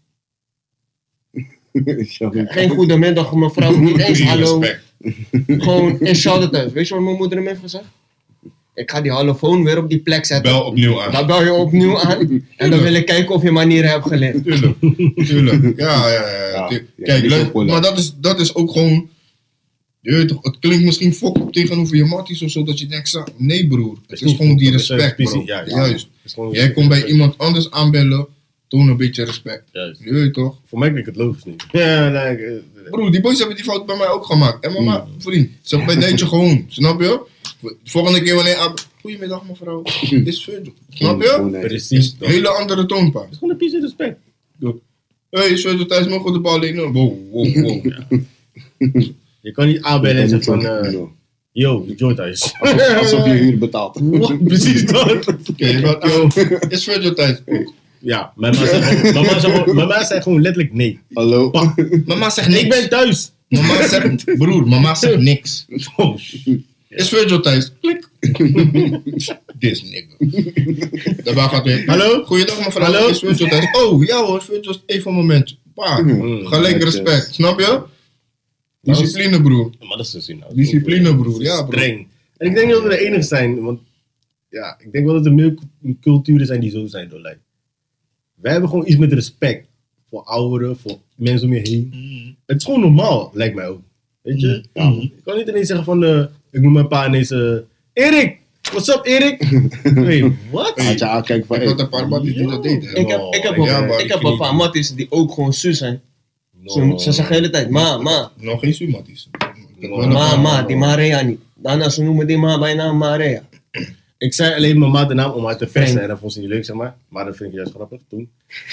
Geen goedemiddag mevrouw, niet eens hallo. Respect. Gewoon, is Sheldon thuis? Weet je wat mijn moeder hem heeft gezegd? Ik ga die telefoon weer op die plek zetten. Bel opnieuw aan. Dan bel je opnieuw aan. En dan wil ik kijken of je manieren hebt geleerd. Tuurlijk, tuurlijk. Ja, ja, ja. Ja, Tu- ja, Kijk, niet leuk, opvoeden. maar dat is, dat is ook gewoon... Je weet toch, het klinkt misschien fok op tegenover je matties of zo, dat je denkt, sa- nee broer, het is gewoon die respect, bro. Ja, ja. Juist. Het is gewoon- Jij komt bij iemand anders aanbellen, toon een beetje respect. Juist. Je weet toch? Voor mij klinkt het logisch niet. Ja, nee. ik, eh, Broer, die boys hebben die fout bij mij ook gemaakt. En mama, vriend, zeg bij deze gewoon, snap je? Volgende keer wanneer... ah, Goedemiddag mevrouw, is Virgil. Snap je? Is Precies. een hele andere toonpaar. Het is gewoon een piece respect. Hé, hey, is Virgil thuis, mogen we de bal lenen? Wow, wow, wow. Je kan niet aanbellen en zeggen van, eh, yo, Joy thuis. Alsof je huur betaalt. Precies dat. Oké, je gaat, yo, is Virgil thuis? Ook. Ja, mijn ma zei gewoon, mijn ma zei gewoon, mijn ma zei gewoon letterlijk nee. Hallo? Mama zegt niks. Ik ben thuis. Mama zegt, broer, mama zegt niks. Oh, shit. Is Virgil thuis? Klik. This nigga. Daarbij gaat weer. Hallo? Goeiedag mevrouw, Hallo? is Virgil thuis? Oh, ja hoor, Virgil is even een momentje. Pa, Mm. gelijk respect, snap je? Discipline broer. Maar dat is dus nou. Discipline, broer. Ja, broer. Streng. En ik denk niet dat we de enige zijn, want ja, ik denk wel dat er meer cu- culturen zijn die zo zijn. Door, like. Wij hebben gewoon iets met respect voor ouderen, voor mensen om je heen. Het is gewoon normaal, lijkt mij ook. Weet je? Ja. Ik kan niet ineens zeggen van, eh, ik noem mijn pa ineens, eh, Erik! What's up, Erik? Hey, wat? Had je aankijken van, Ik hey, had een paar matties die dat deden. Ik heb, ik heb, No, een- ja, maar ik heb ik een niet. paar matties die ook gewoon su zijn. Ze, No. ze zeggen de hele tijd, ma, ma, Nog geen sumatties. ma, ma, die Maria niet. Daarna ze noemen die ma bijna Maria. Ik zei alleen mijn ma de naam om haar te vesten en dat vond ze niet leuk, zeg maar. Maar dat vind ik juist grappig, toen.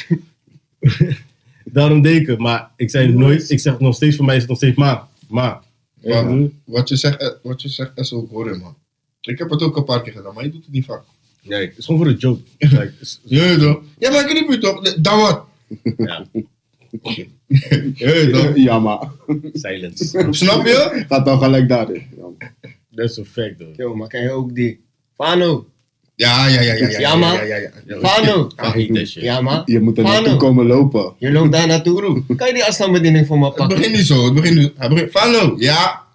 Daarom deed ik het, maar ik zei nooit, ik zeg nog steeds, voor mij is het nog steeds ma, ma. Maar wat je zegt, eh, wat je zegt is ook horen, man. Ik heb het ook een paar keer gedaan, maar je doet het niet vaak. Nee, het is gewoon voor een joke. Like, is- Ja, toch? Ja, maar ik riep je toch? Dan wat? ja, Ja, toch? ja maar, silence. Snap je? gaat dan gelijk daarin. Ja. Dat is een fact, hoor. Yo, maar ken je ook die Fano? Ja, ja, ja, ja. Ja, Ja, man. ja, ja, ja, ja. Fano? I hate that shit. Ja, man. Je moet er naartoe Fano, komen lopen. je loopt daar naartoe. Kan je die afstandsbediening voor me Het pakken? begint niet zo, het begint nu. Hij begint, Fano, ja.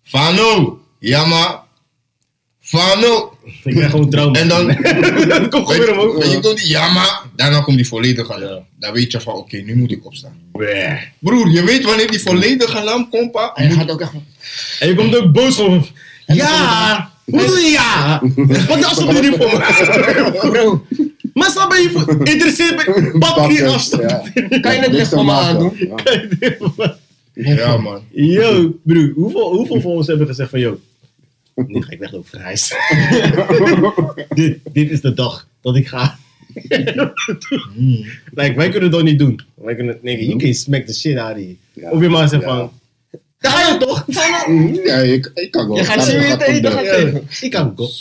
Fano, ja maar. Fano. Ik ben gewoon trauma. En dan, dat komt weet, gewoon weer omhoog. weet je, komt die ja maar. Daarna komt die volledig alarm. Ja. Dan weet je van, oké, nu moet ik opstaan. Bleh. Broer, je weet wanneer die volledige alarm komt, pa. Hij gaat ook echt van... En je komt ook boos van. Ja! Hoe doe je ja? Wat afstand doe je voor me? Bro, Maar snap ben je voor? Interesseert me. Pak die afstand. Ja. kan je het Niks licht te van me maken. aandoen? Ja. Ja, man. Yo, broer, hoeveel, hoeveel van ons hebben gezegd van, yo, nu ga ik weglopen verhuis. dit, dit is de dag dat ik ga. Mm. like, wij kunnen dat niet doen. Wij kunnen, nee, you can smack the shit out of you. Ja. Of je maar zegt Ja. van, daar ga je toch? Ja, ik, ik kan wel. Je gaat Ik ze kan weer wel te eten gaan gaan doen. geven. Ik kan go.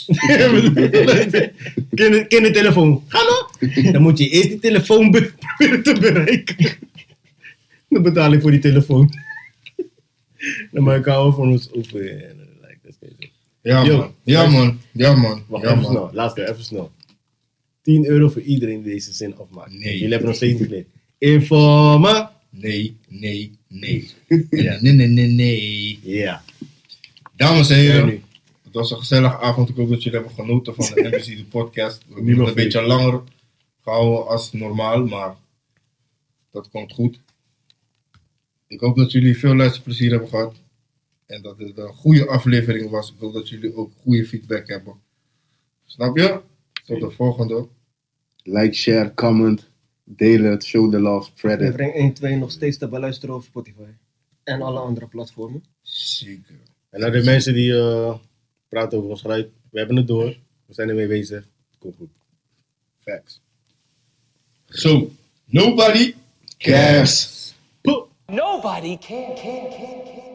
Ken de- ken de telefoon. Ga nou. Dan moet je eerst die telefoon be- proberen te bereiken. Dan betaal ik voor die telefoon. Dan maak ik houden van ons open. Like, that's crazy. Ja, Yo, man. Ja, luister. man. Ja, man. Wacht, Ja, even man. snel. Laatste, even snel. tien euro voor iedereen die deze zin afmaakt. Nee. Jullie hebben nog steeds niet geleerd. Informa. Nee, nee, nee. Ja. Nee, nee, nee, nee. Ja. Dames en Ja, heren, nu. het was een gezellige avond. Ik hoop dat jullie hebben genoten van de N B C de podcast. We hebben nog het een beetje langer gehouden als normaal, maar dat komt goed. Ik hoop dat jullie veel luisterplezier hebben gehad. En dat het een goede aflevering was. Ik hoop dat jullie ook goede feedback hebben. Snap je? Tot de volgende. Like, share, comment, deel het, show the love, spread it. Aflevering één twee nog steeds te beluisteren op Spotify. En alle andere platformen. Zeker. En naar de mensen die uh, praten over ons geluid. We hebben het door. We zijn ermee bezig. Komt goed. Facts. So, nobody Cares. Nobody can, can, can, can.